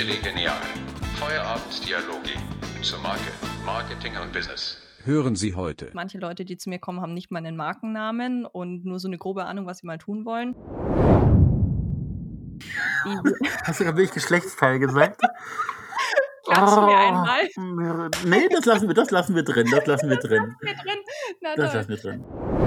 Gelee Genial. Feierabenddialoge zur Marke, Marketing und Business. Hören Sie heute. Manche Leute, die zu mir kommen, haben nicht mal einen Markennamen und nur so eine grobe Ahnung, was sie mal tun wollen. Hast du gerade wirklich Geschlechtsteil gesagt? Klatschen wir einmal. Nee, das lassen wir drin. Na Das toll. lassen wir drin.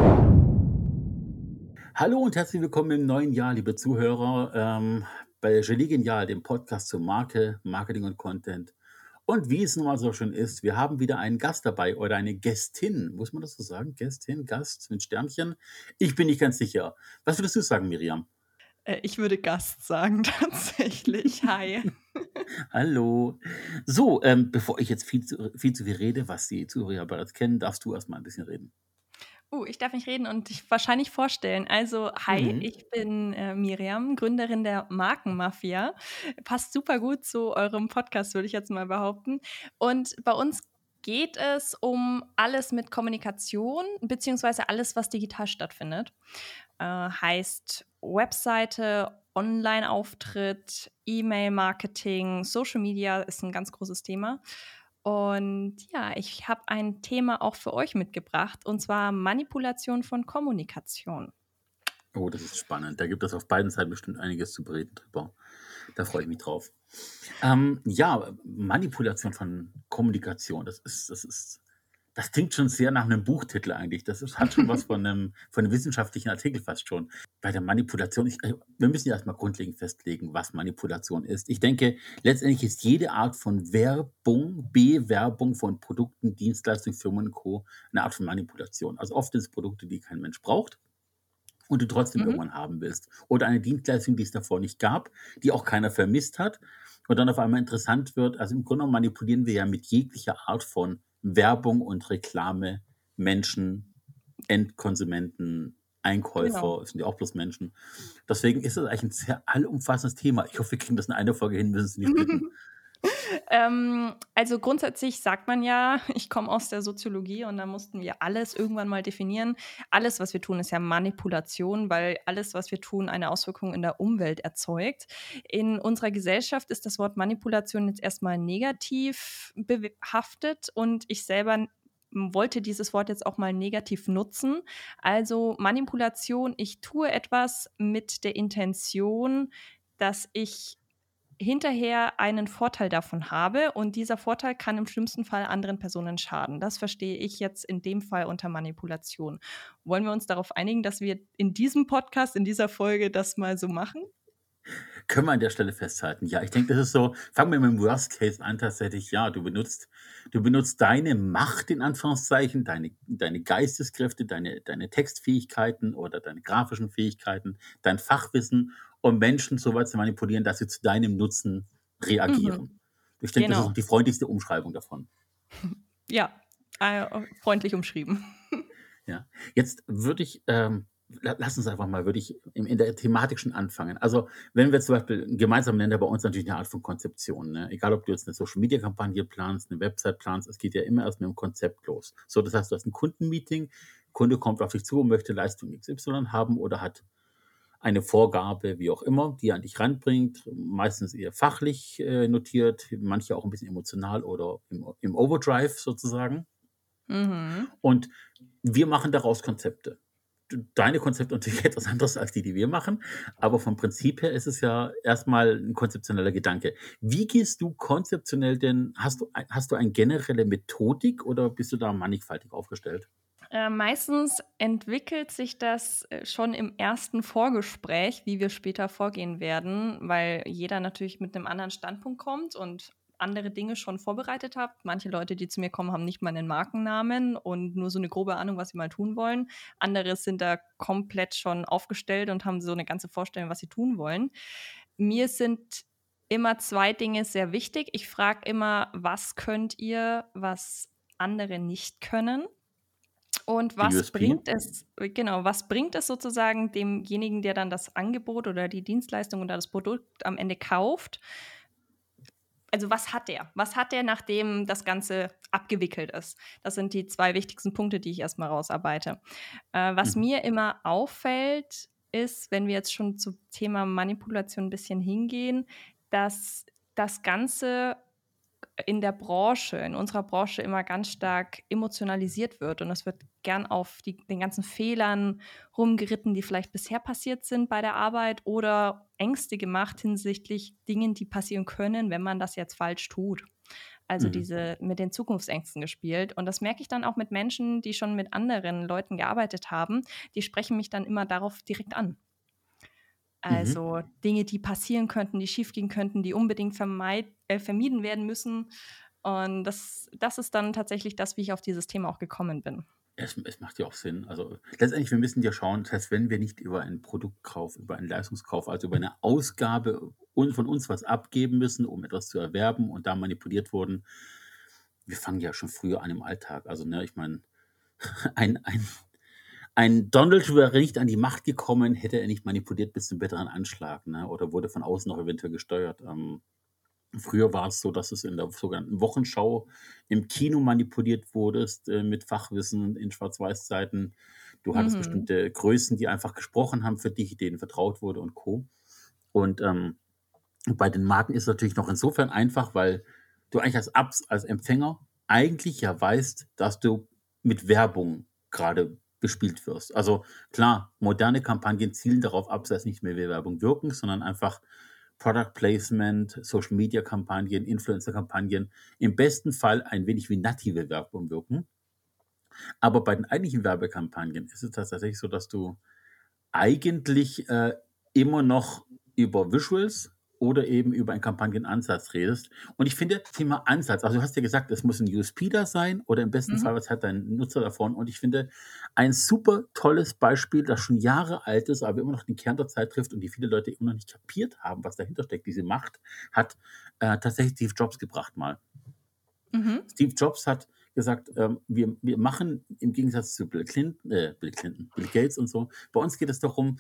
Hallo und herzlich willkommen im neuen Jahr, liebe Zuhörer, bei Gelee Genial, dem Podcast zur Marke, Marketing und Content. Und wie es nun mal so schön ist, wir haben wieder einen Gast dabei oder eine Gästin. Muss man das so sagen? Gästin, Gast mit Sternchen? Ich bin nicht ganz sicher. Was würdest du sagen, Miriam? Ich würde Gast sagen, tatsächlich. Hi. Hallo. So, bevor ich jetzt viel zu viel rede, was die Zuhörer bereits kennen, darfst du erstmal ein bisschen reden. Ich darf mich reden und dich wahrscheinlich vorstellen. Also, hi, ich bin Miriam, Gründerin der Markenmafia. Passt super gut zu eurem Podcast, würde ich jetzt mal behaupten. Und bei uns geht es um alles mit Kommunikation, beziehungsweise alles, was digital stattfindet. Heißt Webseite, Online-Auftritt, E-Mail-Marketing, Social Media ist ein ganz großes Thema. Und ja, ich habe ein Thema auch für euch mitgebracht, und zwar Manipulation von Kommunikation. Oh, das ist spannend. Da gibt es auf beiden Seiten bestimmt einiges zu bereden drüber. Da freue ich mich drauf. Ja, Manipulation von Kommunikation, das klingt schon sehr nach einem Buchtitel eigentlich. Hat schon was von einem wissenschaftlichen Artikel fast schon. Bei der Manipulation, wir müssen ja erstmal grundlegend festlegen, was Manipulation ist. Ich denke, letztendlich ist jede Art von Werbung, Bewerbung von Produkten, Dienstleistungen, Firmen und Co. eine Art von Manipulation. Also oft sind es Produkte, die kein Mensch braucht und du trotzdem irgendwann haben willst. Oder eine Dienstleistung, die es davor nicht gab, die auch keiner vermisst hat und dann auf einmal interessant wird. Also im Grunde genommen manipulieren wir ja mit jeglicher Art von Werbung und Reklame Menschen, Endkonsumenten, Einkäufer, Genau. sind ja auch bloß Menschen. Deswegen ist es eigentlich ein sehr allumfassendes Thema. Ich hoffe, wir kriegen das in einer Folge hin, müssen es nicht splitten. Also grundsätzlich sagt man ja, ich komme aus der Soziologie und da mussten wir alles irgendwann mal definieren. Alles, was wir tun, ist ja Manipulation, weil alles, was wir tun, eine Auswirkung in der Umwelt erzeugt. In unserer Gesellschaft ist das Wort Manipulation jetzt erstmal negativ behaftet und ich selber wollte dieses Wort jetzt auch mal negativ nutzen. Also Manipulation, ich tue etwas mit der Intention, dass ich hinterher einen Vorteil davon habe und dieser Vorteil kann im schlimmsten Fall anderen Personen schaden. Das verstehe ich jetzt in dem Fall unter Manipulation. Wollen wir uns darauf einigen, dass wir in diesem Podcast, in dieser Folge das mal so machen? Können wir an der Stelle festhalten. Ja, ich denke, das ist so, fangen wir mit dem Worst Case an tatsächlich. Ja, du benutzt deine Macht, in Anführungszeichen, deine Geisteskräfte, deine Textfähigkeiten oder deine grafischen Fähigkeiten, dein Fachwissen, um Menschen so weit zu manipulieren, dass sie zu deinem Nutzen reagieren. Ich denke, das ist Genau. auch die freundlichste Umschreibung davon. Ja, freundlich umschrieben. Ja, jetzt würde ich, lass uns einfach mal, würde ich in der Thematik schon anfangen. Also, wenn wir zum Beispiel einen gemeinsamen Nenner bei uns natürlich eine Art von Konzeption, ne? Egal, ob du jetzt eine Social-Media-Kampagne planst, eine Website planst, es geht ja immer erst mit dem Konzept los. So, das heißt, du hast ein Kundenmeeting, Kunde kommt auf dich zu und möchte Leistung XY haben oder hat eine Vorgabe, wie auch immer, die er an dich ranbringt, meistens eher fachlich notiert, manche auch ein bisschen emotional oder im Overdrive sozusagen. Und wir machen daraus Konzepte. Deine Konzepte natürlich etwas anderes als die wir machen, aber vom Prinzip her ist es ja erstmal ein konzeptioneller Gedanke. Wie gehst du konzeptionell denn, hast du eine generelle Methodik oder bist du da mannigfaltig aufgestellt? Meistens entwickelt sich das schon im ersten Vorgespräch, wie wir später vorgehen werden, weil jeder natürlich mit einem anderen Standpunkt kommt und andere Dinge schon vorbereitet hat. Manche Leute, die zu mir kommen, haben nicht mal einen Markennamen und nur so eine grobe Ahnung, was sie mal tun wollen. Andere sind da komplett schon aufgestellt und haben so eine ganze Vorstellung, was sie tun wollen. Mir sind immer 2 Dinge sehr wichtig. Ich frage immer, was könnt ihr, was andere nicht können? Und Die was USP? was bringt es sozusagen demjenigen, der dann das Angebot oder die Dienstleistung oder das Produkt am Ende kauft? Also was hat der? Was hat der, nachdem das Ganze abgewickelt ist? Das sind die 2 wichtigsten Punkte, die ich erstmal rausarbeite. Was mir immer auffällt, ist, wenn wir jetzt schon zum Thema Manipulation ein bisschen hingehen, dass das Ganze in der Branche, in unserer Branche immer ganz stark emotionalisiert wird und es wird gern auf den ganzen Fehlern rumgeritten, die vielleicht bisher passiert sind bei der Arbeit oder Ängste gemacht hinsichtlich Dingen, die passieren können, wenn man das jetzt falsch tut. Also Mhm. mit den Zukunftsängsten gespielt. Und das merke ich dann auch mit Menschen, die schon mit anderen Leuten gearbeitet haben. Die sprechen mich dann immer darauf direkt an. Mhm. Also Dinge, die passieren könnten, die schiefgehen könnten, die unbedingt vermieden werden müssen. Und das ist dann tatsächlich das, wie ich auf dieses Thema auch gekommen bin. Es macht ja auch Sinn. Also letztendlich, wir müssen ja schauen, das heißt, wenn wir nicht über einen Produktkauf, über einen Leistungskauf, also über eine Ausgabe von uns was abgeben müssen, um etwas zu erwerben und da manipuliert wurden, wir fangen ja schon früher an im Alltag. Also, ne, ich meine, ein, ein, ein Donald wäre nicht an die Macht gekommen, hätte er nicht manipuliert bis zum bitteren Anschlag, ne, oder wurde von außen noch eventuell gesteuert. Früher war es so, dass es in der sogenannten Wochenschau im Kino manipuliert wurdest, mit Fachwissen in Schwarz-Weiß-Zeiten. Du hattest Mhm. bestimmte Größen, die einfach gesprochen haben für dich, denen vertraut wurde und Co. Und bei den Marken ist es natürlich noch insofern einfach, weil du eigentlich als Empfänger eigentlich ja weißt, dass du mit Werbung gerade bespielt wirst. Also klar, moderne Kampagnen zielen darauf ab, dass nicht mehr wie Werbung wirken, sondern einfach Product Placement, Social Media Kampagnen, Influencer Kampagnen, im besten Fall ein wenig wie native Werbung wirken. Aber bei den eigentlichen Werbekampagnen ist es tatsächlich so, dass du eigentlich immer noch über Visuals oder eben über einen Kampagnenansatz redest. Und ich finde, Thema Ansatz, also du hast ja gesagt, es muss ein USP da sein oder im besten Mhm. Fall, was hat dein Nutzer davon? Und ich finde, ein super tolles Beispiel, das schon Jahre alt ist, aber immer noch den Kern der Zeit trifft und die viele Leute immer noch nicht kapiert haben, was dahinter steckt, diese Macht, hat tatsächlich Steve Jobs gebracht mal. Mhm. Steve Jobs hat gesagt, wir machen im Gegensatz zu Bill Gates und so, bei uns geht es darum,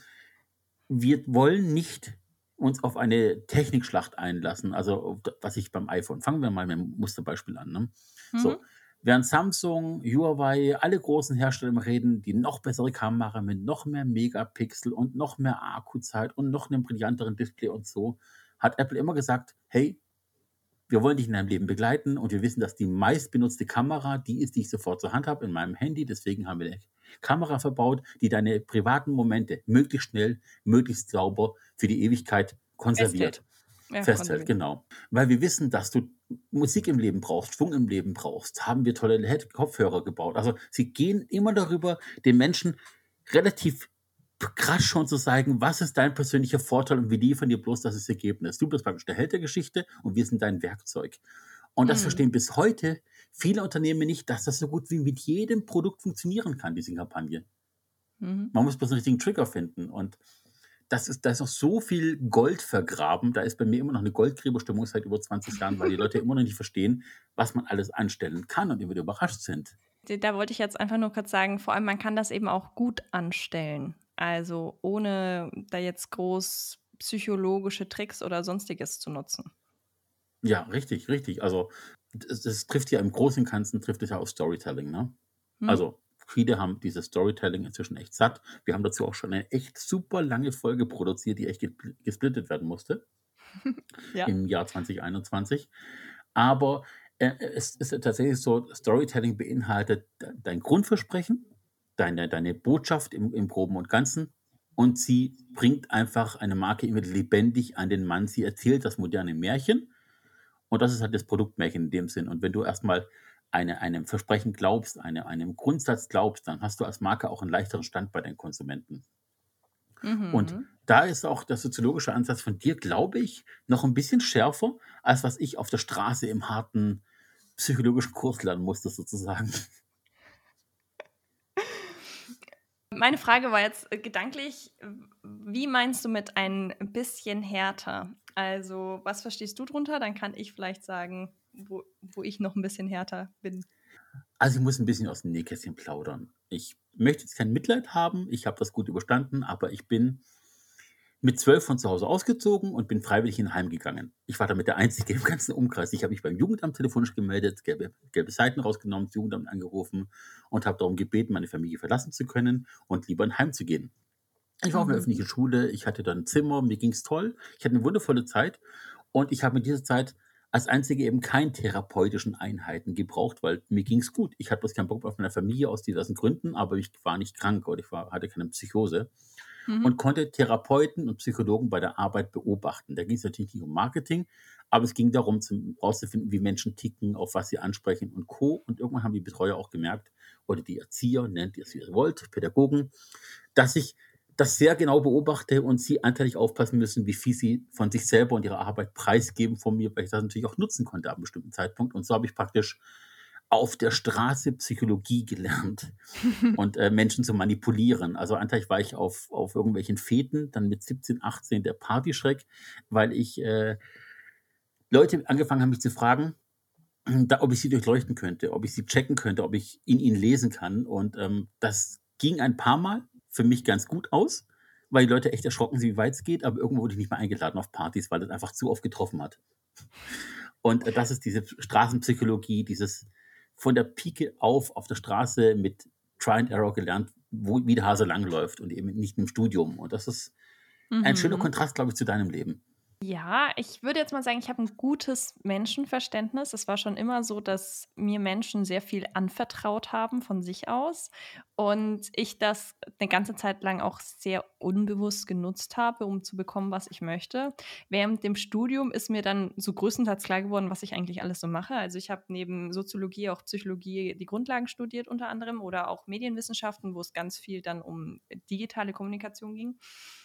wir wollen nicht uns auf eine Technikschlacht einlassen. Also, was ich beim iPhone, fangen wir mal mit dem Musterbeispiel an. Ne? So, Mhm. während Samsung, Huawei, alle großen Hersteller immer reden, die noch bessere Kamera mit noch mehr Megapixel und noch mehr Akkuzeit und noch einem brillanteren Display und so, hat Apple immer gesagt, hey, wir wollen dich in deinem Leben begleiten und wir wissen, dass die meistbenutzte Kamera die ist, die ich sofort zur Hand habe in meinem Handy. Deswegen haben wir eine Kamera verbaut, die deine privaten Momente möglichst schnell, möglichst sauber für die Ewigkeit Festhält. konserviert. Ja, Festhält, konserviert. genau. Weil wir wissen, dass du Musik im Leben brauchst, Schwung im Leben brauchst, haben wir tolle Kopfhörer gebaut. Also sie gehen immer darüber, den Menschen relativ krass schon zu zeigen, was ist dein persönlicher Vorteil und wir liefern dir bloß das Ergebnis. Du bist praktisch der Held der Geschichte und wir sind dein Werkzeug. Und das Mhm. verstehen bis heute viele Unternehmen nicht, dass das so gut wie mit jedem Produkt funktionieren kann, diese Kampagne. Mhm. Man muss bloß einen richtigen Trigger finden. Und da ist noch so viel Gold vergraben. Da ist bei mir immer noch eine Goldgräberstimmung seit über 20 Jahren, weil die Leute immer noch nicht verstehen, was man alles anstellen kann und immer wieder überrascht sind. Da wollte ich jetzt einfach nur kurz sagen, vor allem man kann das eben auch gut anstellen. Also ohne da jetzt groß psychologische Tricks oder Sonstiges zu nutzen. Ja, richtig, richtig. Also das trifft ja im Großen und Ganzen trifft es ja auf Storytelling, ne? Mhm. Also viele haben dieses Storytelling inzwischen echt satt. Wir haben dazu auch schon eine echt super lange Folge produziert, die echt gesplittet werden musste Ja. im Jahr 2021. Aber es ist tatsächlich so, Storytelling beinhaltet dein Grundversprechen, deine Botschaft im Groben und Ganzen und sie bringt einfach eine Marke immer lebendig an den Mann. Sie erzählt das moderne Märchen und das ist halt das Produktmärchen in dem Sinn. Und wenn du erstmal einem Versprechen glaubst, einem Grundsatz glaubst, dann hast du als Marke auch einen leichteren Stand bei den Konsumenten. Und Mhm. da ist auch der soziologische Ansatz von dir, glaube ich, noch ein bisschen schärfer, als was ich auf der Straße im harten psychologischen Kurs lernen musste, sozusagen. Meine Frage war jetzt gedanklich, wie meinst du mit ein bisschen härter? Also, was verstehst du drunter? Dann kann ich vielleicht sagen, wo ich noch ein bisschen härter bin. Also ich muss ein bisschen aus dem Nähkästchen plaudern. Ich möchte jetzt kein Mitleid haben, ich habe das gut überstanden, aber ich bin mit 12 von zu Hause ausgezogen und bin freiwillig in ein Heim gegangen. Ich war damit der Einzige im ganzen Umkreis. Ich habe mich beim Jugendamt telefonisch gemeldet, gelbe Seiten rausgenommen, das Jugendamt angerufen und habe darum gebeten, meine Familie verlassen zu können und lieber in ein Heim zu gehen. Ich war auf einer Mhm. öffentlichen Schule, ich hatte da 'n Zimmer, mir ging's toll. Ich hatte eine wundervolle Zeit Und ich habe in dieser Zeit als Einzige eben keine therapeutischen Einheiten gebraucht, weil mir ging es gut. Ich hatte bloß keinen Bock auf meine Familie aus diversen Gründen, aber ich war nicht krank oder hatte keine Psychose und Mhm. konnte Therapeuten und Psychologen bei der Arbeit beobachten. Da ging es natürlich nicht um Marketing, aber es ging darum, herauszufinden, wie Menschen ticken, auf was sie ansprechen und Co. Und irgendwann haben die Betreuer auch gemerkt, oder die Erzieher, nennt ihr es wie ihr wollt, Pädagogen, dass ich das sehr genau beobachte und sie anteilig aufpassen müssen, wie viel sie von sich selber und ihrer Arbeit preisgeben von mir, weil ich das natürlich auch nutzen konnte ab einem bestimmten Zeitpunkt. Und so habe ich praktisch auf der Straße Psychologie gelernt und Menschen zu manipulieren. Also anteilig war ich auf irgendwelchen Feten, dann mit 17, 18 der Partyschreck, weil ich Leute angefangen haben, mich zu fragen, ob ich sie durchleuchten könnte, ob ich sie checken könnte, ob ich in ihnen lesen kann. Und das ging ein paar Mal für mich ganz gut aus, weil die Leute echt erschrocken sind, wie weit es geht. Aber irgendwo wurde ich nicht mehr eingeladen auf Partys, weil das einfach zu oft getroffen hat. Und das ist diese Straßenpsychologie, dieses von der Pike auf der Straße mit Try and Error gelernt, wie der Hase langläuft und eben nicht im Studium. Und das ist ein schöner Mhm. Kontrast, glaube ich, zu deinem Leben. Ja, ich würde jetzt mal sagen, ich habe ein gutes Menschenverständnis. Es war schon immer so, dass mir Menschen sehr viel anvertraut haben von sich aus und ich das eine ganze Zeit lang auch sehr unbewusst genutzt habe, um zu bekommen, was ich möchte. Während dem Studium ist mir dann so größtenteils klar geworden, was ich eigentlich alles so mache. Also, ich habe neben Soziologie auch Psychologie die Grundlagen studiert unter anderem oder auch Medienwissenschaften, wo es ganz viel dann um digitale Kommunikation ging.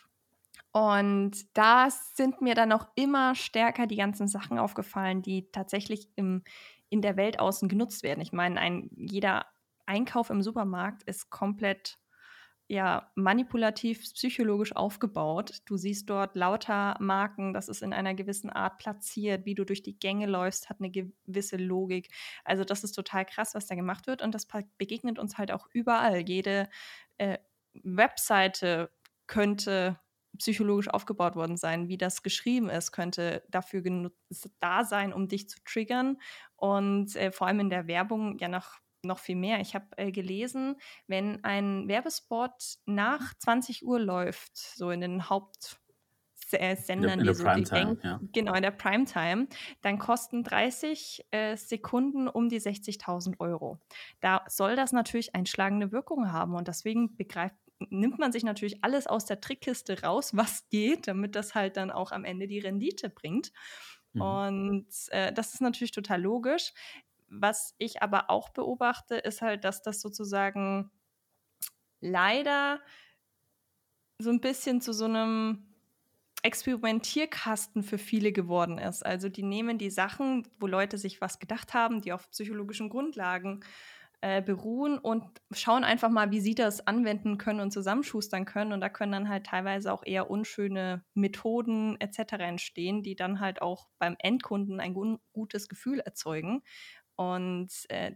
Und da sind mir dann auch immer stärker die ganzen Sachen aufgefallen, die tatsächlich in der Welt außen genutzt werden. Ich meine, jeder Einkauf im Supermarkt ist komplett ja, manipulativ, psychologisch aufgebaut. Du siehst dort lauter Marken, das ist in einer gewissen Art platziert, wie du durch die Gänge läufst, hat eine gewisse Logik. Also das ist total krass, was da gemacht wird und das begegnet uns halt auch überall. Jede äh, Webseite könnte psychologisch aufgebaut worden sein, wie das geschrieben ist, könnte dafür da sein, um dich zu triggern und vor allem in der Werbung ja noch viel mehr. Ich habe gelesen, wenn ein Werbespot nach 20 Uhr läuft, so in den Hauptsendern, In der die so Primetime, ja. genau, in der Primetime, dann kosten 30 Sekunden um die 60.000 Euro. Da soll das natürlich einschlagende Wirkung haben und deswegen nimmt man sich natürlich alles aus der Trickkiste raus, was geht, damit das halt dann auch am Ende die Rendite bringt. Mhm. Und das ist natürlich total logisch. Was ich aber auch beobachte, ist halt, dass das sozusagen leider so ein bisschen zu so einem Experimentierkasten für viele geworden ist. Also, die nehmen die Sachen, wo Leute sich was gedacht haben, die auf psychologischen Grundlagen, beruhen und schauen einfach mal, wie sie das anwenden können und zusammenschustern können. Und da können dann halt teilweise auch eher unschöne Methoden et cetera entstehen, die dann halt auch beim Endkunden ein gutes Gefühl erzeugen. Und,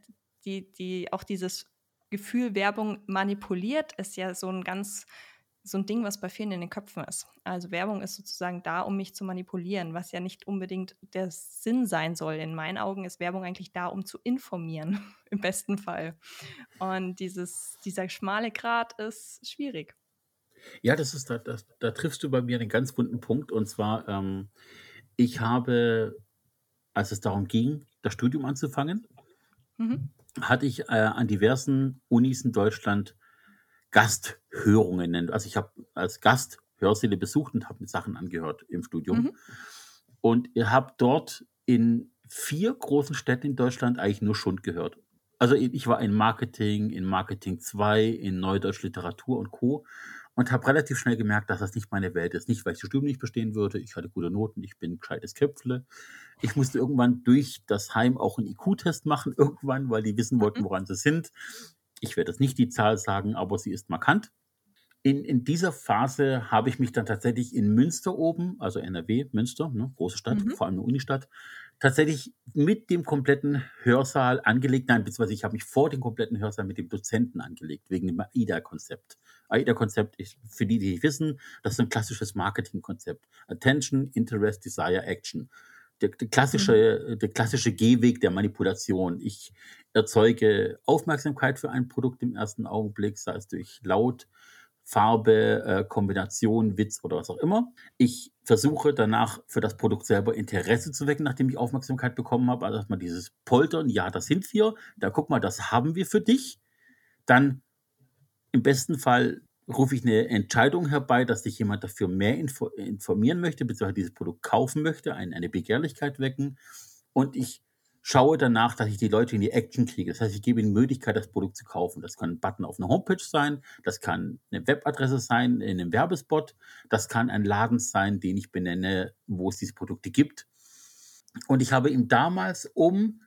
die auch dieses Gefühl, Werbung manipuliert, ist ja so ein Ding, was bei vielen in den Köpfen ist. Also, Werbung ist sozusagen da, um mich zu manipulieren, was ja nicht unbedingt der Sinn sein soll. In meinen Augen ist Werbung eigentlich da, um zu informieren, im besten Fall. Und dieser schmale Grat ist schwierig. Ja, da triffst du bei mir einen ganz wunden Punkt. Und zwar, ich habe, als es darum ging, das Studium anzufangen, Mhm. hatte ich an diversen Unis in Deutschland Gasthörungen. Also ich habe als Gast Hörsäle besucht und habe mir Sachen angehört im Studium. Mhm. Und ihr habt dort in 4 großen Städten in Deutschland eigentlich nur Schund gehört. Also ich war in Marketing 2, in Neudeutsch Literatur und Co. Und habe relativ schnell gemerkt, dass das nicht meine Welt ist. Nicht, weil ich das Studium nicht bestehen würde. Ich hatte gute Noten, ich bin ein gescheites Köpfle. Ich musste irgendwann durch das Heim auch einen IQ-Test machen, irgendwann, weil die wissen wollten, Mhm. woran sie sind. Ich werde jetzt nicht die Zahl sagen, aber sie ist markant. In dieser Phase habe ich mich dann tatsächlich in Münster oben, also NRW, Münster, ne, große Stadt, Mhm. vor allem eine Unistadt, tatsächlich mit dem kompletten Hörsaal angelegt. Nein, beziehungsweise ich habe mich vor dem kompletten Hörsaal mit dem Dozenten angelegt, wegen dem AIDA-Konzept. AIDA-Konzept ist, für die, die nicht wissen, das ist ein klassisches Marketingkonzept. Attention, Interest, Desire, Action. Mhm. Der klassische Gehweg der Manipulation. Ich erzeuge Aufmerksamkeit für ein Produkt im ersten Augenblick, sei es durch laut, Farbe, Kombination, Witz oder was auch immer. Ich versuche danach für das Produkt selber Interesse zu wecken, nachdem ich Aufmerksamkeit bekommen habe. Also erstmal dieses Poltern, ja, das sind wir. Da guck mal, das haben wir für dich. Dann im besten Fall rufe ich eine Entscheidung herbei, dass sich jemand dafür mehr informieren möchte, beziehungsweise dieses Produkt kaufen möchte, eine Begehrlichkeit wecken. Und ich schaue danach, dass ich die Leute in die Action kriege. Das heißt, ich gebe ihnen die Möglichkeit, das Produkt zu kaufen. Das kann ein Button auf einer Homepage sein, das kann eine Webadresse sein in einem Werbespot, das kann ein Laden sein, den ich benenne, wo es diese Produkte gibt. Und ich habe ihm damals um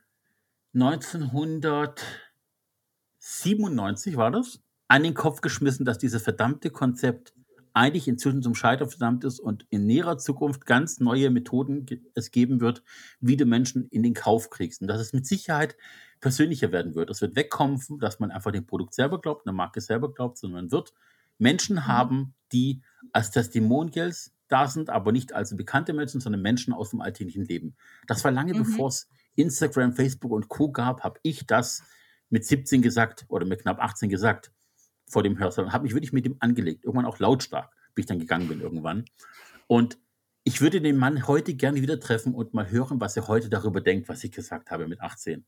1997 war das, an den Kopf geschmissen, dass dieses verdammte Konzept eigentlich inzwischen zum Scheitern verdammt ist und in näherer Zukunft ganz neue Methoden es geben wird, wie du Menschen in den Kauf kriegst. Und dass es mit Sicherheit persönlicher werden wird. Es wird wegkommen, dass man einfach dem Produkt selber glaubt, einer Marke selber glaubt, sondern man wird Menschen haben, die als Testimonials da sind, aber nicht als bekannte Menschen, sondern Menschen aus dem alltäglichen Leben. Das war lange bevor es Instagram, Facebook und Co. gab, habe ich das mit 17 gesagt oder mit knapp 18 gesagt vor dem Hörsaal und habe mich wirklich mit ihm angelegt. Irgendwann auch lautstark, wie ich dann gegangen bin irgendwann. Und ich würde den Mann heute gerne wieder treffen und mal hören, was er heute darüber denkt, was ich gesagt habe mit 18.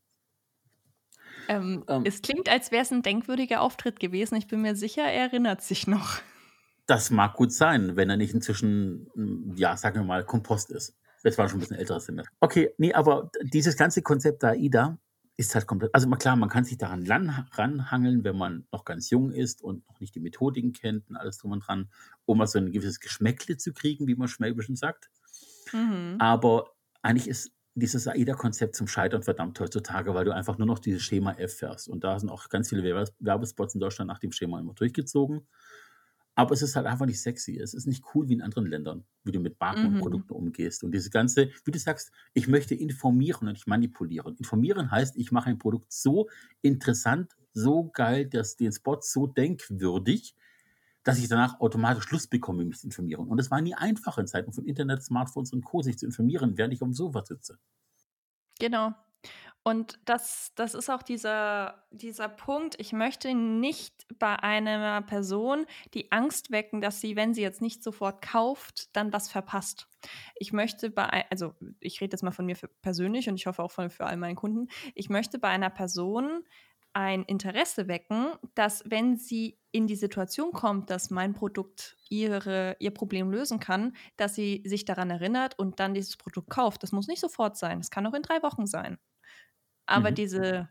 Es klingt, als wäre es ein denkwürdiger Auftritt gewesen. Ich bin mir sicher, er erinnert sich noch. Das mag gut sein, wenn er nicht inzwischen, ja, sagen wir mal, Kompost ist. Das war schon ein bisschen älteres Semester. Okay, nee, aber dieses ganze Konzept der AIDA ist halt komplett, also klar, man kann sich daran ranhangeln, wenn man noch ganz jung ist und noch nicht die Methodiken kennt und alles drum und dran, um mal so ein gewisses Geschmäckle zu kriegen, wie man Schwäbischen sagt. Aber eigentlich ist dieses AIDA-Konzept zum Scheitern verdammt heutzutage, weil du einfach nur noch dieses Schema F fährst. Und da sind auch ganz viele Werbespots in Deutschland nach dem Schema immer durchgezogen. Aber es ist halt einfach nicht sexy. Es ist nicht cool wie in anderen Ländern, wie du mit Marken und Produkten umgehst. Und diese ganze, wie du sagst, ich möchte informieren und nicht manipulieren. Informieren heißt, ich mache ein Produkt so interessant, so geil, dass den Spot so denkwürdig, dass ich danach automatisch Lust bekomme, mich zu informieren. Und es war nie einfach in Zeiten von Internet, Smartphones und Co. sich zu informieren, während ich auf dem Sofa sitze. Genau. Und das ist auch dieser Punkt, ich möchte nicht bei einer Person die Angst wecken, dass sie, wenn sie jetzt nicht sofort kauft, dann was verpasst. Ich möchte also ich rede jetzt mal von mir persönlich und ich hoffe auch für all meinen Kunden, ich möchte bei einer Person ein Interesse wecken, dass wenn sie in die Situation kommt, dass mein Produkt ihr Problem lösen kann, dass sie sich daran erinnert und dann dieses Produkt kauft. Das muss nicht sofort sein, das kann auch in 3 Wochen sein. Aber dieser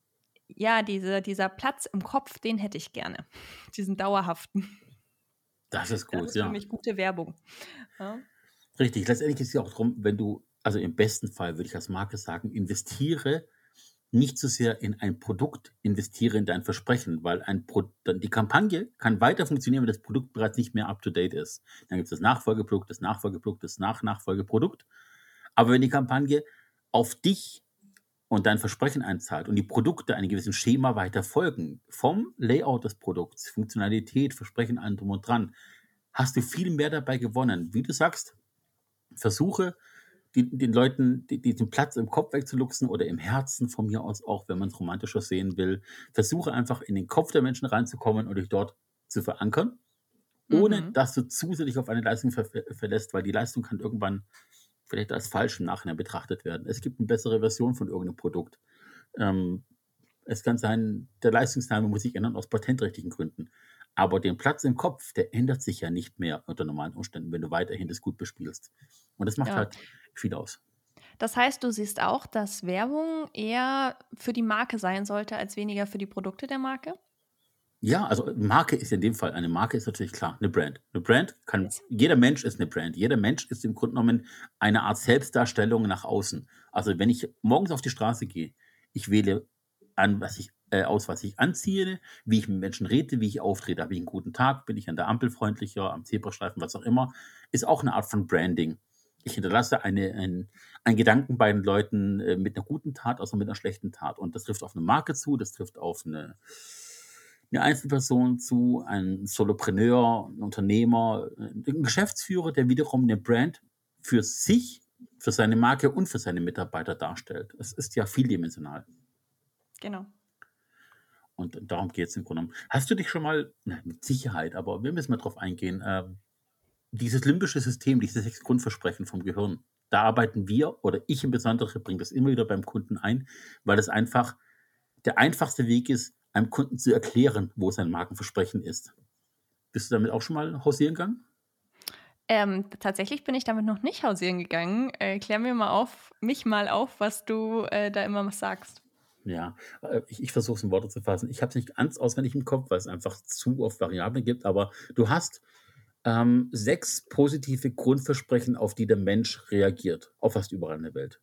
Platz im Kopf, den hätte ich gerne. Diesen dauerhaften. Das ist gut, Das ist für mich gute Werbung. Ja. Richtig. Letztendlich geht es ja auch darum, wenn du, also im besten Fall würde ich als Marke sagen, investiere nicht so sehr in ein Produkt, investiere in dein Versprechen, weil die Kampagne kann weiter funktionieren, wenn das Produkt bereits nicht mehr up-to-date ist. Dann gibt es das Nachfolgeprodukt, das Nachfolgeprodukt, das Nachfolgeprodukt. Aber wenn die Kampagne auf dich und dein Versprechen einzahlt und die Produkte einem gewissen Schema weiter folgen, vom Layout des Produkts, Funktionalität, Versprechen, allem drum und dran, hast du viel mehr dabei gewonnen. Wie du sagst, versuche den Leuten diesen Platz im Kopf wegzuluxen oder im Herzen von mir aus auch, wenn man es romantischer sehen will. Versuche einfach in den Kopf der Menschen reinzukommen und dich dort zu verankern, ohne dass du zusätzlich auf eine Leistung verlässt, weil die Leistung kann irgendwann vielleicht als falsch im Nachhinein betrachtet werden. Es gibt eine bessere Version von irgendeinem Produkt. Es kann sein, der Leistungsname muss sich ändern aus patentrechtlichen Gründen. Aber den Platz im Kopf, der ändert sich ja nicht mehr unter normalen Umständen, wenn du weiterhin das gut bespielst. Und das macht halt viel aus. Das heißt, du siehst auch, dass Werbung eher für die Marke sein sollte, als weniger für die Produkte der Marke? Ja, also Marke ist in dem Fall, eine Marke ist natürlich klar, eine Brand. Eine Brand kann, jeder Mensch ist eine Brand. Jeder Mensch ist im Grunde genommen eine Art Selbstdarstellung nach außen. Also wenn ich morgens auf die Straße gehe, ich wähle an, was ich anziehe, wie ich mit Menschen rede, wie ich auftrete. Habe ich einen guten Tag, bin ich an der Ampel freundlicher, am Zebrastreifen, was auch immer, ist auch eine Art von Branding. Ich hinterlasse einen Gedanken bei den Leuten mit einer guten Tat, außer mit einer schlechten Tat. Und das trifft auf eine Marke zu, das trifft auf eine Einzelperson zu, ein Solopreneur, ein Unternehmer, ein Geschäftsführer, der wiederum eine Brand für sich, für seine Marke und für seine Mitarbeiter darstellt. Es ist ja vieldimensional. Genau. Und darum geht es im Grunde genommen. Hast du dich schon mal, na, mit Sicherheit, aber wir müssen mal drauf eingehen, dieses limbische System, diese 6 Grundversprechen vom Gehirn, da arbeiten wir oder ich im Besonderen bringe das immer wieder beim Kunden ein, weil das einfach der einfachste Weg ist, einem Kunden zu erklären, wo sein Markenversprechen ist. Bist du damit auch schon mal hausieren gegangen? Tatsächlich bin ich damit noch nicht hausieren gegangen. Klär mich mal auf, was du da immer sagst. Ja, ich versuche es in Worte zu fassen. Ich habe es nicht ganz auswendig im Kopf, weil es einfach zu oft Variablen gibt, aber du hast 6 positive Grundversprechen, auf die der Mensch reagiert, auf fast überall in der Welt.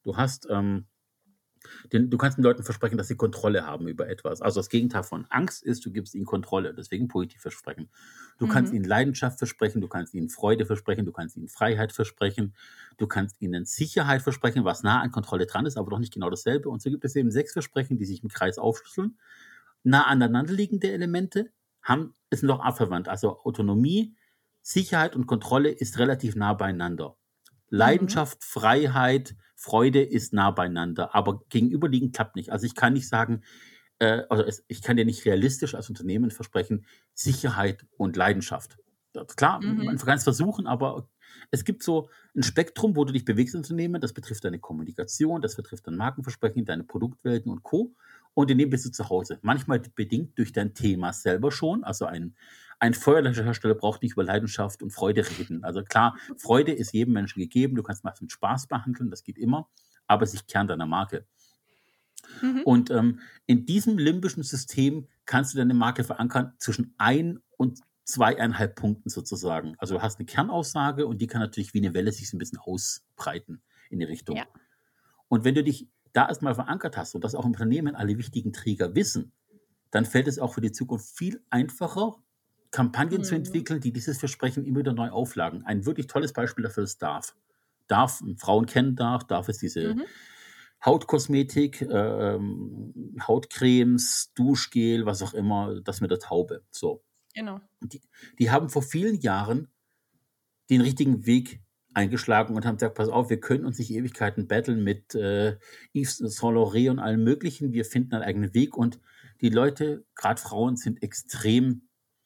Du kannst den Leuten versprechen, dass sie Kontrolle haben über etwas. Also das Gegenteil von Angst ist, du gibst ihnen Kontrolle, deswegen positiv versprechen. Du kannst Mhm. ihnen Leidenschaft versprechen, du kannst ihnen Freude versprechen, du kannst ihnen Freiheit versprechen, du kannst ihnen Sicherheit versprechen, was nah an Kontrolle dran ist, aber doch nicht genau dasselbe. Und so gibt es eben 6 Versprechen, die sich im Kreis aufschlüsseln. Nah aneinanderliegende Elemente sind noch artverwandt. Also Autonomie, Sicherheit und Kontrolle ist relativ nah beieinander. Mhm. Leidenschaft, Freiheit, Freude ist nah beieinander, aber gegenüberliegend klappt nicht. Also ich kann nicht sagen, ich kann dir nicht realistisch als Unternehmen versprechen, Sicherheit und Leidenschaft. Klar, man Mhm. kann es versuchen, aber es gibt so ein Spektrum, wo du dich bewegst als Unternehmen. Das betrifft deine Kommunikation, das betrifft dein Markenversprechen, deine Produktwelten und Co. Und in dem bist du zu Hause. Manchmal bedingt durch dein Thema selber schon. Also ein Feuerlöscherhersteller braucht nicht über Leidenschaft und Freude reden. Also klar, Freude ist jedem Menschen gegeben. Du kannst was mit Spaß behandeln, das geht immer, aber es ist Kern deiner Marke. Mhm. Und in diesem limbischen System kannst du deine Marke verankern zwischen 1 und 2,5 Punkten sozusagen. Also du hast eine Kernaussage und die kann natürlich wie eine Welle sich so ein bisschen ausbreiten in die Richtung. Ja. Und wenn du dich da erstmal verankert hast und das auch im Unternehmen alle wichtigen Träger wissen, dann fällt es auch für die Zukunft viel einfacher, Kampagnen zu Mhm. entwickeln, die dieses Versprechen immer wieder neu auflagen. Ein wirklich tolles Beispiel dafür ist Dove. Dove, Frauen kennen Dove. Dove ist diese Mhm. Hautkosmetik, Hautcremes, Duschgel, was auch immer, das mit der Taube. So. Genau. Die, die haben vor vielen Jahren den richtigen Weg eingeschlagen und haben gesagt, pass auf, wir können uns nicht Ewigkeiten battlen mit Yves Saint Laurent und allem Möglichen. Wir finden einen eigenen Weg und die Leute, gerade Frauen, sind extrem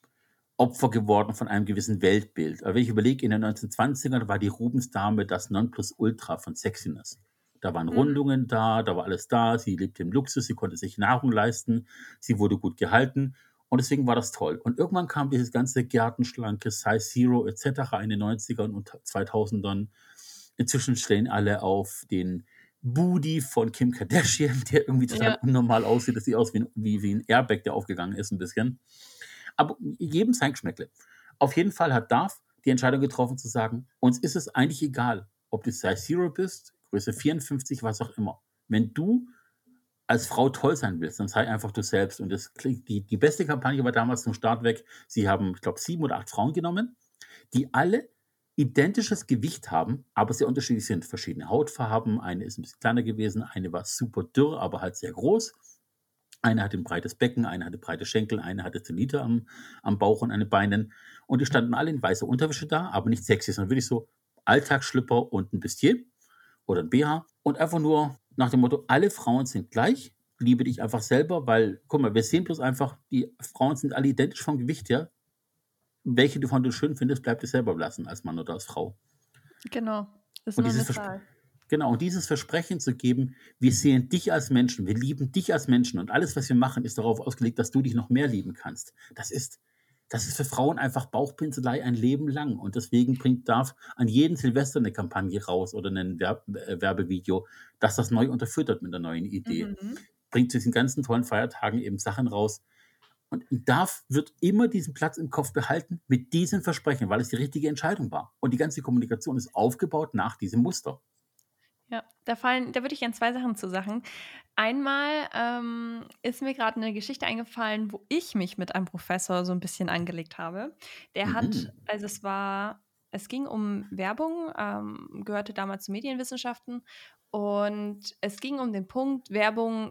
Opfer geworden von einem gewissen Weltbild. Aber wenn ich überlege, in den 1920ern war die Rubensdame das Nonplusultra von Sexiness. Da waren Mhm. Rundungen da war alles da, sie lebte im Luxus, sie konnte sich Nahrung leisten, sie wurde gut gehalten und deswegen war das toll. Und irgendwann kam dieses ganze Gärtenschlanke, Size Zero etc. in den 90ern und 2000ern. Inzwischen stehen alle auf den Booty von Kim Kardashian, der irgendwie total Ja. unnormal aussieht. Das sieht aus wie ein Airbag, der aufgegangen ist ein bisschen. Aber jedem sein Geschmäckle. Auf jeden Fall hat Dove die Entscheidung getroffen zu sagen, uns ist es eigentlich egal, ob du Size Zero bist, Größe 54, was auch immer. Wenn du als Frau toll sein willst, dann sei einfach du selbst. Und das klingt, die beste Kampagne war damals zum Start weg. Sie haben, ich glaube, 7 oder 8 Frauen genommen, die alle identisches Gewicht haben, aber sehr unterschiedlich sind. Verschiedene Hautfarben. Eine ist ein bisschen kleiner gewesen, eine war super dürr, aber halt sehr groß. Eine hatte ein breites Becken, eine hatte breite Schenkel, eine hatte Zellulite am Bauch und an den Beinen. Und die standen alle in weißer Unterwäsche da, aber nicht sexy, sondern wirklich so Alltagsschlüpper und ein Bustier oder ein BH. Und einfach nur nach dem Motto, alle Frauen sind gleich, liebe dich einfach selber, weil, guck mal, wir sehen bloß einfach, die Frauen sind alle identisch vom Gewicht her. Welche davon du schön findest, bleibt dir selber belassen, als Mann oder als Frau. Genau. Ist Und nur dieses eine Versprechen. Zahl. Genau, und dieses Versprechen zu geben, wir sehen dich als Menschen, wir lieben dich als Menschen und alles, was wir machen, ist darauf ausgelegt, dass du dich noch mehr lieben kannst. Das ist für Frauen einfach Bauchpinselei ein Leben lang. Und deswegen darf an jeden Silvester eine Kampagne raus oder ein Werbevideo, dass das neu unterfüttert mit einer neuen Idee. Mhm. Bringt zu diesen ganzen tollen Feiertagen eben Sachen raus. Und Darf wird immer diesen Platz im Kopf behalten mit diesem Versprechen, weil es die richtige Entscheidung war. Und die ganze Kommunikation ist aufgebaut nach diesem Muster. Ja, da würde ich gerne 2 Sachen zu sagen. Einmal, ist mir gerade eine Geschichte eingefallen, wo ich mich mit einem Professor so ein bisschen angelegt habe. Der hat Mhm. also, es ging um Werbung, gehörte damals zu Medienwissenschaften und es ging um den Punkt, Werbung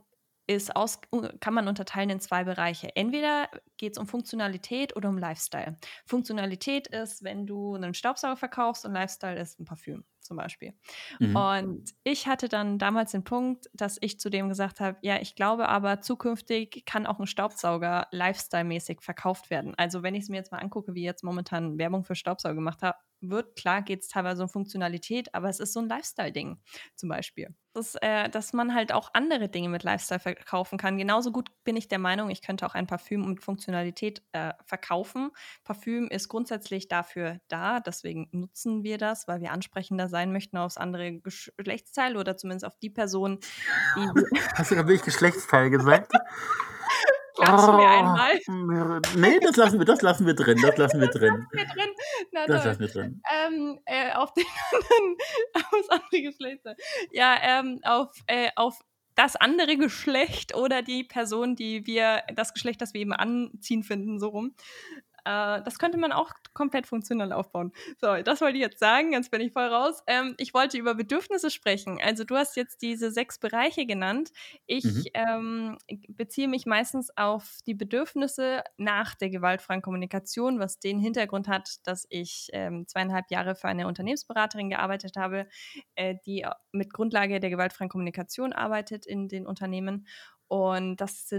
kann man unterteilen in 2 Bereiche. Entweder geht es um Funktionalität oder um Lifestyle. Funktionalität ist, wenn du einen Staubsauger verkaufst und Lifestyle ist ein Parfüm. zum Beispiel. Mhm. Und ich hatte dann damals den Punkt, dass ich zu dem gesagt habe, ja, ich glaube aber, zukünftig kann auch ein Staubsauger lifestyle-mäßig verkauft werden. Also wenn ich es mir jetzt mal angucke, wie jetzt momentan Werbung für Staubsauger gemacht wird, klar geht es teilweise um Funktionalität, aber es ist so ein Lifestyle-Ding zum Beispiel. Dass man halt auch andere Dinge mit Lifestyle verkaufen kann. Genauso gut bin ich der Meinung, ich könnte auch ein Parfüm mit Funktionalität verkaufen. Parfüm ist grundsätzlich dafür da, deswegen nutzen wir das, weil wir ansprechender sein möchten aufs andere Geschlechtsteil oder zumindest auf die Person, die wir. Hast du gerade wirklich Geschlechtsteil gesagt? Klatschen wir Oh, einmal. nee, das lassen wir drin. Das lassen wir drin. Wir drin. Na Das toll. lassen wir drin. Auf den anderen, aufs andere Geschlecht. Ja, auf das andere Geschlecht oder die Person, das Geschlecht, das wir eben anziehen finden, so rum. Das könnte man auch komplett funktional aufbauen. So, das wollte ich jetzt sagen, jetzt bin ich voll raus. Ich wollte über Bedürfnisse sprechen. Also du hast jetzt diese 6 Bereiche genannt. Ich beziehe mich meistens auf die Bedürfnisse nach der gewaltfreien Kommunikation, was den Hintergrund hat, dass ich 2,5 Jahre für eine Unternehmensberaterin gearbeitet habe, die mit Grundlage der gewaltfreien Kommunikation arbeitet in den Unternehmen. Und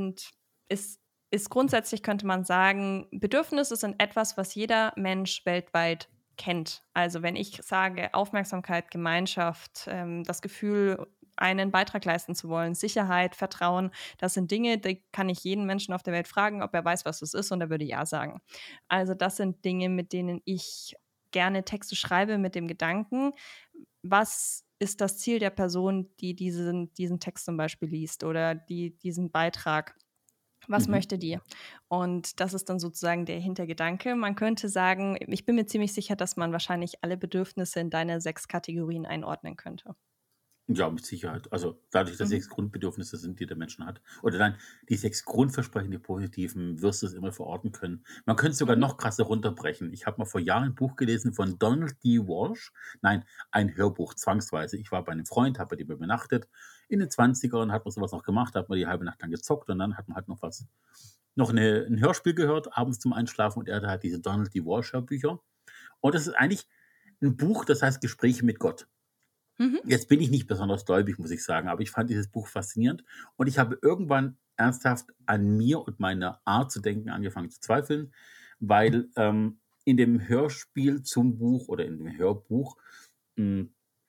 ist grundsätzlich, könnte man sagen, Bedürfnisse sind etwas, was jeder Mensch weltweit kennt. Also wenn ich sage Aufmerksamkeit, Gemeinschaft, das Gefühl, einen Beitrag leisten zu wollen, Sicherheit, Vertrauen, das sind Dinge, die kann ich jeden Menschen auf der Welt fragen, ob er weiß, was das ist, und er würde ja sagen. Also das sind Dinge, mit denen ich gerne Texte schreibe, mit dem Gedanken, was ist das Ziel der Person, die diesen Text zum Beispiel liest oder diesen Beitrag. Was möchte die? Und das ist dann sozusagen der Hintergedanke. Man könnte sagen, ich bin mir ziemlich sicher, dass man wahrscheinlich alle Bedürfnisse in deine 6 Kategorien einordnen könnte. Ja, mit Sicherheit. Also dadurch, dass 6 Grundbedürfnisse sind, die der Mensch hat. Oder nein, die 6 Grundversprechen, die positiven, wirst du es immer verorten können. Man könnte es sogar noch krasser runterbrechen. Ich habe mal vor Jahren ein Buch gelesen von Donald D. Walsh. Nein, ein Hörbuch, zwangsweise. Ich war bei einem Freund, habe bei dem übernachtet. In den 20ern hat man sowas noch gemacht, hat man die halbe Nacht lang gezockt und dann hat man halt noch ein Hörspiel gehört, abends zum Einschlafen, und er hatte halt diese Donald D. Walsh Hörbücher. Und das ist eigentlich ein Buch, das heißt Gespräche mit Gott. Jetzt bin ich nicht besonders gläubig, muss ich sagen, aber ich fand dieses Buch faszinierend und ich habe irgendwann ernsthaft an mir und meiner Art zu denken angefangen zu zweifeln, weil in dem Hörspiel zum Buch oder in dem Hörbuch mh,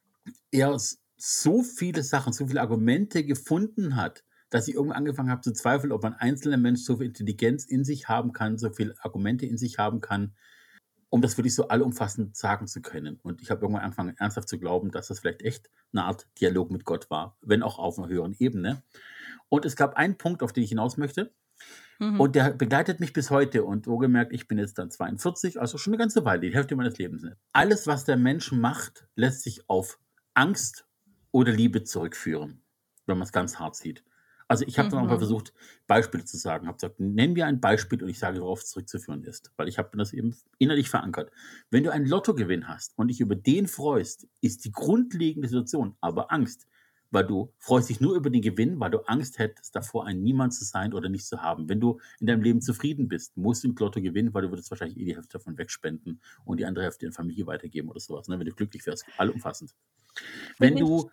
er so viele Sachen, so viele Argumente gefunden hat, dass ich irgendwann angefangen habe zu zweifeln, ob ein einzelner Mensch so viel Intelligenz in sich haben kann, so viele Argumente in sich haben kann, um das wirklich so allumfassend sagen zu können. Und ich habe irgendwann angefangen, ernsthaft zu glauben, dass das vielleicht echt eine Art Dialog mit Gott war, wenn auch auf einer höheren Ebene. Und es gab einen Punkt, auf den ich hinaus möchte. Und der begleitet mich bis heute. Und wohlgemerkt, ich bin jetzt dann 42, also schon eine ganze Weile, die Hälfte meines Lebens. Alles, was der Mensch macht, lässt sich auf Angst oder Liebe zurückführen, wenn man es ganz hart sieht. Also ich habe dann auch mal versucht, Beispiele zu sagen. Habe gesagt, nenn mir ein Beispiel und ich sage, worauf es zurückzuführen ist. Weil ich habe das eben innerlich verankert. Wenn du einen Lottogewinn hast und dich über den freust, ist die grundlegende Situation aber Angst. Weil du freust dich nur über den Gewinn, weil du Angst hättest, davor ein Niemand zu sein oder nicht zu haben. Wenn du in deinem Leben zufrieden bist, musst du im Lotto gewinnen, weil du würdest wahrscheinlich die Hälfte davon wegspenden und die andere Hälfte in Familie weitergeben oder sowas, ne? Wenn du glücklich wärst, allumfassend. Wenn du...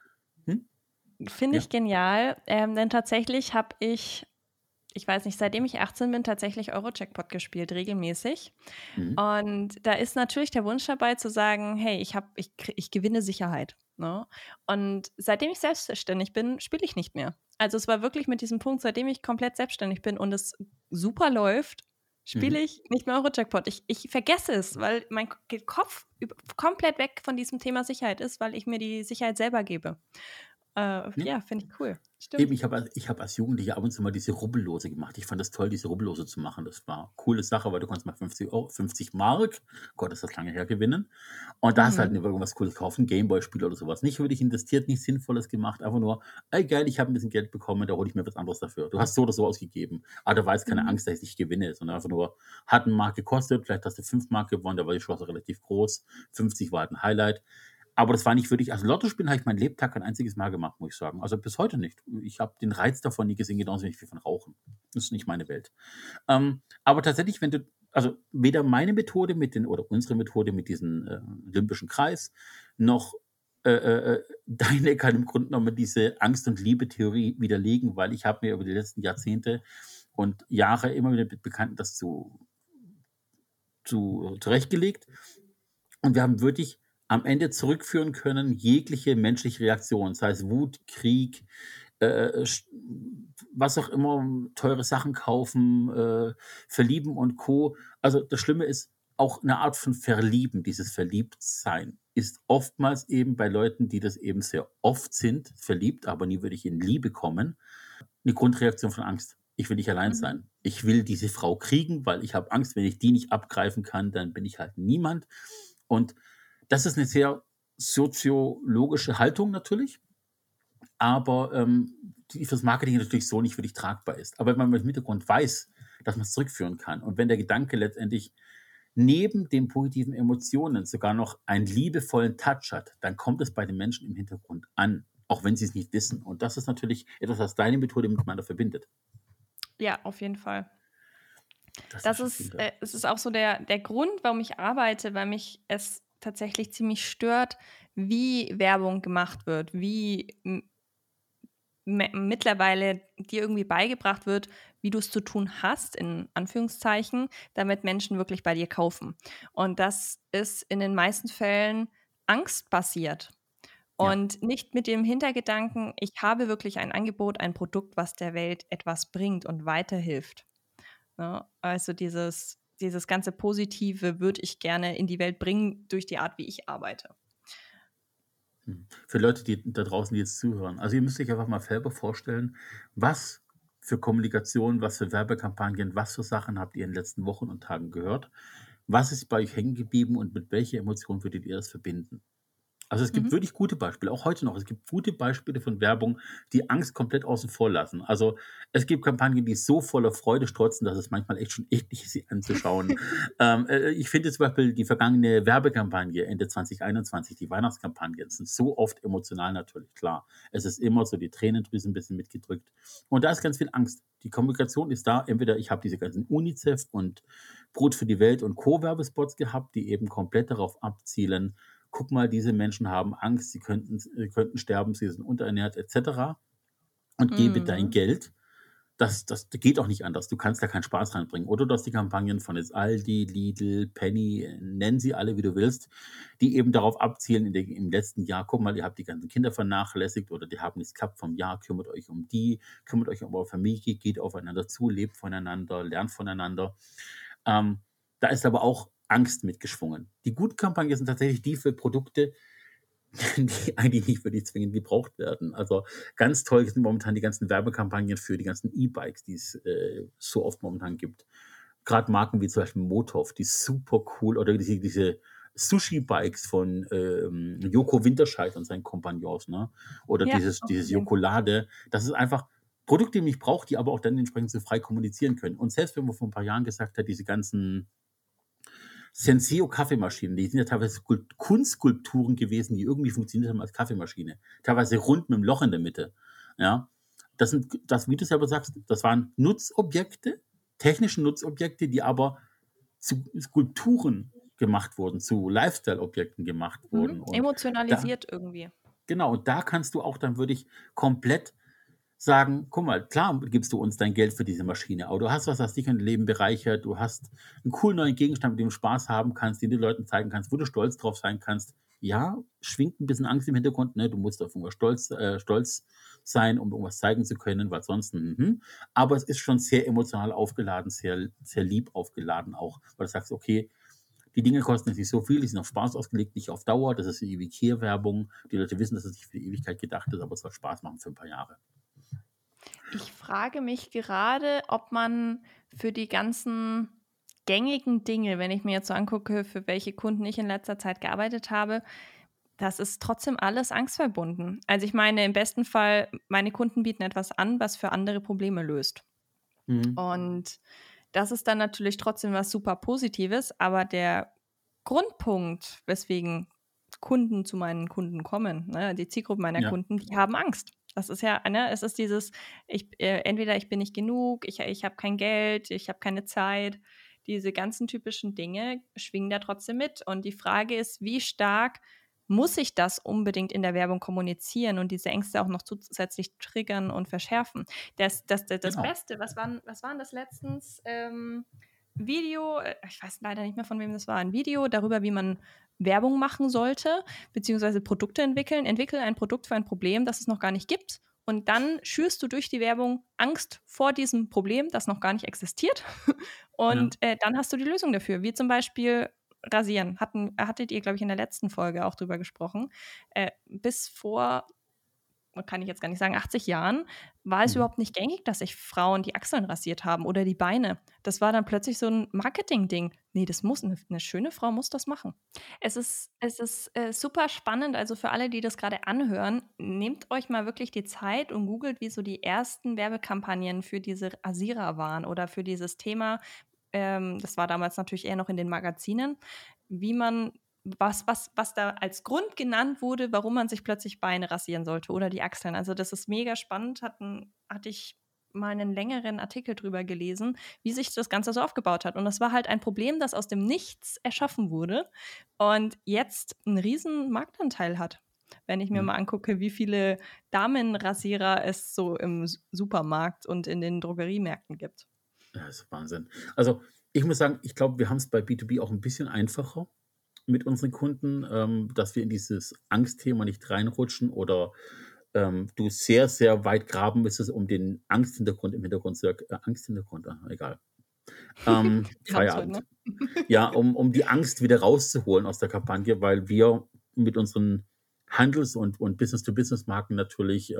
Finde Ja. ich genial, denn tatsächlich habe ich weiß nicht, seitdem ich 18 bin, tatsächlich Euro-Jackpot gespielt, regelmäßig. Und da ist natürlich der Wunsch dabei zu sagen, hey, ich gewinne Sicherheit. Ne? Und seitdem ich selbstständig bin, spiele ich nicht mehr. Also es war wirklich mit diesem Punkt, seitdem ich komplett selbstständig bin und es super läuft, spiele ich nicht mehr Euro-Jackpot. Ich vergesse es, weil mein Kopf komplett weg von diesem Thema Sicherheit ist, weil ich mir die Sicherheit selber gebe. Ja, finde ich cool. Stimmt. Eben, ich hab als Jugendlicher ab und zu mal diese Rubbellose gemacht. Ich fand das toll, diese Rubbellose zu machen. Das war eine coole Sache, weil du konntest mal 50 Mark, Gott, ist das lange her, gewinnen. Und da hast du halt irgendwas Cooles kaufen, Gameboy-Spiel oder sowas. Nicht wirklich investiert, nichts Sinnvolles gemacht, einfach nur, ey geil, ich habe ein bisschen Geld bekommen, da hole ich mir was anderes dafür. Du hast so oder so ausgegeben. Aber da war jetzt keine Angst, dass ich gewinne, sondern einfach nur, hat eine Mark gekostet, vielleicht hast du 5 Mark gewonnen, da war die Chance relativ groß. 50 war halt ein Highlight. Aber das war nicht wirklich, also Lotto spielen habe ich meinen Lebtag kein einziges Mal gemacht, muss ich sagen. Also bis heute nicht. Ich habe den Reiz davon nie gesehen, genauso wenig wie von Rauchen. Das ist nicht meine Welt. Aber tatsächlich, also weder meine Methode oder unsere Methode mit diesem limbischen Kreis, noch Deine kann im Grunde genommen diese Angst- und Liebe-Theorie widerlegen, weil ich habe mir über die letzten Jahrzehnte und Jahre immer wieder mit Bekannten das zurechtgelegt. Und wir haben wirklich am Ende zurückführen können, jegliche menschliche Reaktion, sei es Wut, Krieg, was auch immer, teure Sachen kaufen, verlieben und Co. Also das Schlimme ist, auch eine Art von Verlieben, dieses Verliebtsein, ist oftmals eben bei Leuten, die das eben sehr oft sind, verliebt, aber nie wirklich in Liebe kommen, eine Grundreaktion von Angst. Ich will nicht allein Mhm. sein. Ich will diese Frau kriegen, weil ich habe Angst, wenn ich die nicht abgreifen kann, dann bin ich halt niemand. Und das ist eine sehr soziologische Haltung natürlich, aber die fürs Marketing natürlich so nicht wirklich tragbar ist. Aber wenn man im Hintergrund weiß, dass man es zurückführen kann und wenn der Gedanke letztendlich neben den positiven Emotionen sogar noch einen liebevollen Touch hat, dann kommt es bei den Menschen im Hintergrund an, auch wenn sie es nicht wissen. Und das ist natürlich etwas, was deine Methode miteinander verbindet. Ja, auf jeden Fall. Das ist Das schon ist, super. es ist auch so der Grund, warum ich arbeite, weil mich es tatsächlich ziemlich stört, wie Werbung gemacht wird, wie mittlerweile dir irgendwie beigebracht wird, wie du es zu tun hast, in Anführungszeichen, damit Menschen wirklich bei dir kaufen. Und das ist in den meisten Fällen angstbasiert. Ja. Und nicht mit dem Hintergedanken, ich habe wirklich ein Angebot, ein Produkt, was der Welt etwas bringt und weiterhilft. Ne? Also dieses ganze Positive würde ich gerne in die Welt bringen durch die Art, wie ich arbeite. Für Leute, die da draußen jetzt zuhören. Also ihr müsst euch einfach mal selber vorstellen, was für Kommunikation, was für Werbekampagnen, was für Sachen habt ihr in den letzten Wochen und Tagen gehört? Was ist bei euch hängen geblieben und mit welcher Emotion würdet ihr das verbinden? Also es gibt Mhm. wirklich gute Beispiele, auch heute noch. Es gibt gute Beispiele von Werbung, die Angst komplett außen vor lassen. Also es gibt Kampagnen, die so voller Freude strotzen, dass es manchmal echt schon eklig ist, sie anzuschauen. Ich finde zum Beispiel die vergangene Werbekampagne Ende 2021, die Weihnachtskampagne, sind so oft emotional natürlich, klar. Es ist immer so die Tränendrüse ein bisschen mitgedrückt. Und da ist ganz viel Angst. Die Kommunikation ist da. Entweder ich habe diese ganzen UNICEF und Brot für die Welt und Co-Werbespots gehabt, die eben komplett darauf abzielen, guck mal, diese Menschen haben Angst, sie könnten sterben, sie sind unterernährt etc. Und gebe dein Mhm. Geld. Das geht auch nicht anders. Du kannst da keinen Spaß reinbringen. Oder du hast die Kampagnen von jetzt Aldi, Lidl, Penny, nenn sie alle, wie du willst, die eben darauf abzielen, im letzten Jahr, guck mal, ihr habt die ganzen Kinder vernachlässigt oder die haben nichts gehabt vom Jahr, kümmert euch um die, kümmert euch um eure Familie, geht aufeinander zu, lebt voneinander, lernt voneinander. Da ist aber auch Angst mitgeschwungen. Die guten Kampagnen sind tatsächlich die für Produkte, die eigentlich nicht wirklich zwingend gebraucht werden. Also ganz toll sind momentan die ganzen Werbekampagnen für die ganzen E-Bikes, die es so oft momentan gibt. Gerade Marken wie zum Beispiel Motov, die super cool, oder diese Sushi-Bikes von Joko Winterscheid und seinen Kompagnons, ne? Oder Ja, auch dieses gesehen. Jokolade. Das ist einfach Produkte, die ich brauche, die aber auch dann entsprechend so frei kommunizieren können. Und selbst wenn man vor ein paar Jahren gesagt hat, diese ganzen Senseo-Kaffeemaschinen, die sind ja teilweise Kunstskulpturen gewesen, die irgendwie funktioniert haben als Kaffeemaschine. Teilweise rund mit einem Loch in der Mitte. Ja, wie du selber sagst, das waren Nutzobjekte, technische Nutzobjekte, die aber zu Skulpturen gemacht wurden, zu Lifestyle-Objekten gemacht wurden. Und da, Emotionalisiert irgendwie. genau, und da kannst du auch dann wirklich komplett sagen, guck mal, klar gibst du uns dein Geld für diese Maschine, aber du hast was dich in dein Leben bereichert, du hast einen coolen neuen Gegenstand, mit dem du Spaß haben kannst, den du den Leuten zeigen kannst, wo du stolz drauf sein kannst. Ja, schwingt ein bisschen Angst im Hintergrund, ne? Du musst auf irgendwas stolz sein, um irgendwas zeigen zu können, weil sonst, aber es ist schon sehr emotional aufgeladen, sehr, sehr lieb aufgeladen auch, weil du sagst, okay, die Dinge kosten jetzt nicht so viel, die sind auf Spaß ausgelegt, nicht auf Dauer, das ist die Ewig-Werbung, die Leute wissen, dass es nicht für die Ewigkeit gedacht ist, aber es soll Spaß machen für ein paar Jahre. Ich frage mich gerade, ob man für die ganzen gängigen Dinge, wenn ich mir jetzt so angucke, für welche Kunden ich in letzter Zeit gearbeitet habe, das ist trotzdem alles angstverbunden. Also ich meine, im besten Fall, meine Kunden bieten etwas an, was für andere Probleme löst. Mhm. Und das ist dann natürlich trotzdem was super Positives, aber der Grundpunkt, weswegen Kunden zu meinen Kunden kommen, ne, die Zielgruppe meiner Ja. Kunden, die haben Angst. Das ist ja, ne, es ist dieses, entweder ich bin nicht genug, ich habe kein Geld, ich habe keine Zeit. Diese ganzen typischen Dinge schwingen da trotzdem mit. Und die Frage ist, wie stark muss ich das unbedingt in der Werbung kommunizieren und diese Ängste auch noch zusätzlich triggern und verschärfen? Das Genau. Beste, was waren das letztens? Video, ich weiß leider nicht mehr, von wem das war, ein Video darüber, wie man Werbung machen sollte, beziehungsweise Produkte entwickeln. Entwickle ein Produkt für ein Problem, das es noch gar nicht gibt. Und dann schürst du durch die Werbung Angst vor diesem Problem, das noch gar nicht existiert. Ja. Und dann hast du die Lösung dafür, wie zum Beispiel Rasieren. Hattet ihr, glaube ich, in der letzten Folge auch drüber gesprochen. Bis vor, kann ich jetzt gar nicht sagen, 80 Jahren war es Mhm. überhaupt nicht gängig, dass sich Frauen die Achseln rasiert haben oder die Beine. Das war dann plötzlich so ein Marketing-Ding. Nee, das muss eine schöne Frau muss das machen. Es ist super spannend, also für alle, die das gerade anhören, nehmt euch mal wirklich die Zeit und googelt, wie so die ersten Werbekampagnen für diese Rasierer waren oder für dieses Thema. Das war damals natürlich eher noch in den Magazinen, wie man was da als Grund genannt wurde, warum man sich plötzlich Beine rasieren sollte oder die Achseln. Also das ist mega spannend. Hatte ich mal einen längeren Artikel drüber gelesen, wie sich das Ganze so aufgebaut hat. Und das war halt ein Problem, das aus dem Nichts erschaffen wurde und jetzt einen riesen Marktanteil hat. Wenn ich mir Ja. mal angucke, wie viele Damenrasierer es so im Supermarkt und in den Drogeriemärkten gibt. Ja, das ist Wahnsinn. Also, ich muss sagen, ich glaube, wir haben es bei B2B auch ein bisschen einfacher mit unseren Kunden, dass wir in dieses Angstthema nicht reinrutschen oder, du sehr, sehr weit graben müsstest, um den Angsthintergrund im Hintergrund zu Angsthintergrund, egal. Wir haben es heute, Feierabend. ne? Ja, um die Angst wieder rauszuholen aus der Kampagne, weil wir mit unseren Handels und Business-to-Business-Marken natürlich,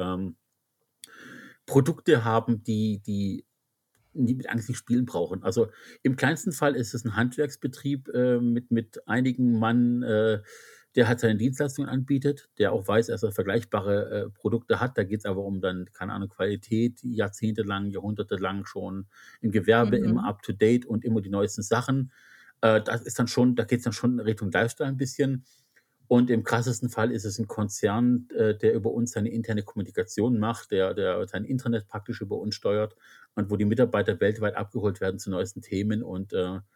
Produkte haben, die mit Angst nicht spielen brauchen. Also, im kleinsten Fall ist es ein Handwerksbetrieb, mit einigen Mann, der halt seine Dienstleistungen anbietet, der auch weiß, dass er vergleichbare, Produkte hat. Da geht es aber um dann, keine Ahnung, Qualität, jahrzehntelang, jahrhundertelang schon im Gewerbe, immer Mhm. up to date und immer die neuesten Sachen. Das ist dann schon da geht's dann schon Richtung Lifestyle ein bisschen. Und im krassesten Fall ist es ein Konzern, der über uns seine interne Kommunikation macht, der sein Intranet praktisch über uns steuert und wo die Mitarbeiter weltweit abgeholt werden zu neuesten Themen und,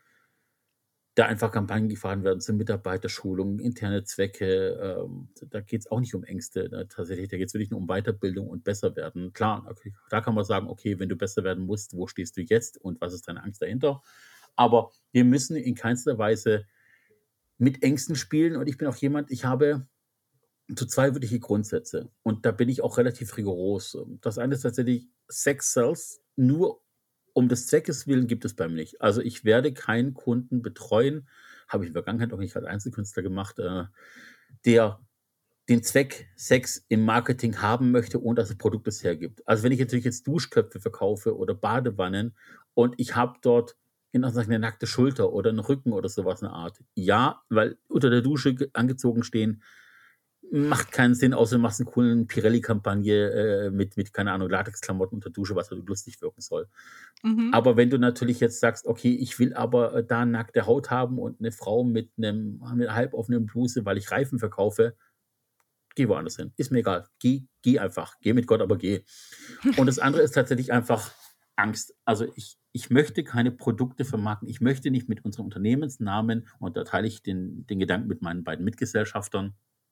da einfach Kampagnen gefahren werden zur Mitarbeiterschulung, interne Zwecke. Da geht's auch nicht um Ängste, tatsächlich. Da geht's wirklich nur um Weiterbildung und besser werden. Klar, okay, da kann man sagen: „Okay, wenn du besser werden musst, wo stehst du jetzt und was ist deine Angst dahinter?“ Aber wir müssen in keinster Weise mit Ängsten spielen und ich bin auch jemand, ich habe so 2 wirkliche Grundsätze und da bin ich auch relativ rigoros. Das eine ist tatsächlich Sex sells, nur um des Zweckes willen gibt es bei mir nicht. Also, ich werde keinen Kunden betreuen, habe ich in der Vergangenheit auch nicht als Einzelkünstler gemacht, der den Zweck Sex im Marketing haben möchte, ohne dass das Produkt es hergibt. Also, wenn ich natürlich jetzt Duschköpfe verkaufe oder Badewannen und ich habe dort in Anführungszeichen 'ne nackte Schulter oder 'n Rücken oder so was in der Art. Ja, weil unter der Dusche angezogen stehen macht keinen Sinn, außer du machst 'n coolen Pirelli-Kampagne, mit, keine Ahnung, Latexklamotten unter Dusche, was halt lustig wirken soll. Mhm. Aber wenn du natürlich jetzt sagst: „Okay, ich will aber, da nackte Haut haben und 'ne Frau mit halb offenem Bluse, weil ich Reifen verkaufe“, geh woanders hin. Ist mir egal. Geh einfach. Geh mit Gott, aber geh. Und das andere ist tatsächlich einfach Angst. Also, ich möchte keine Produkte vermarkten. Ich möchte nicht mit unserem Unternehmensnamen und da teile ich den Gedanken mit meinen beiden Mitgesellschaftern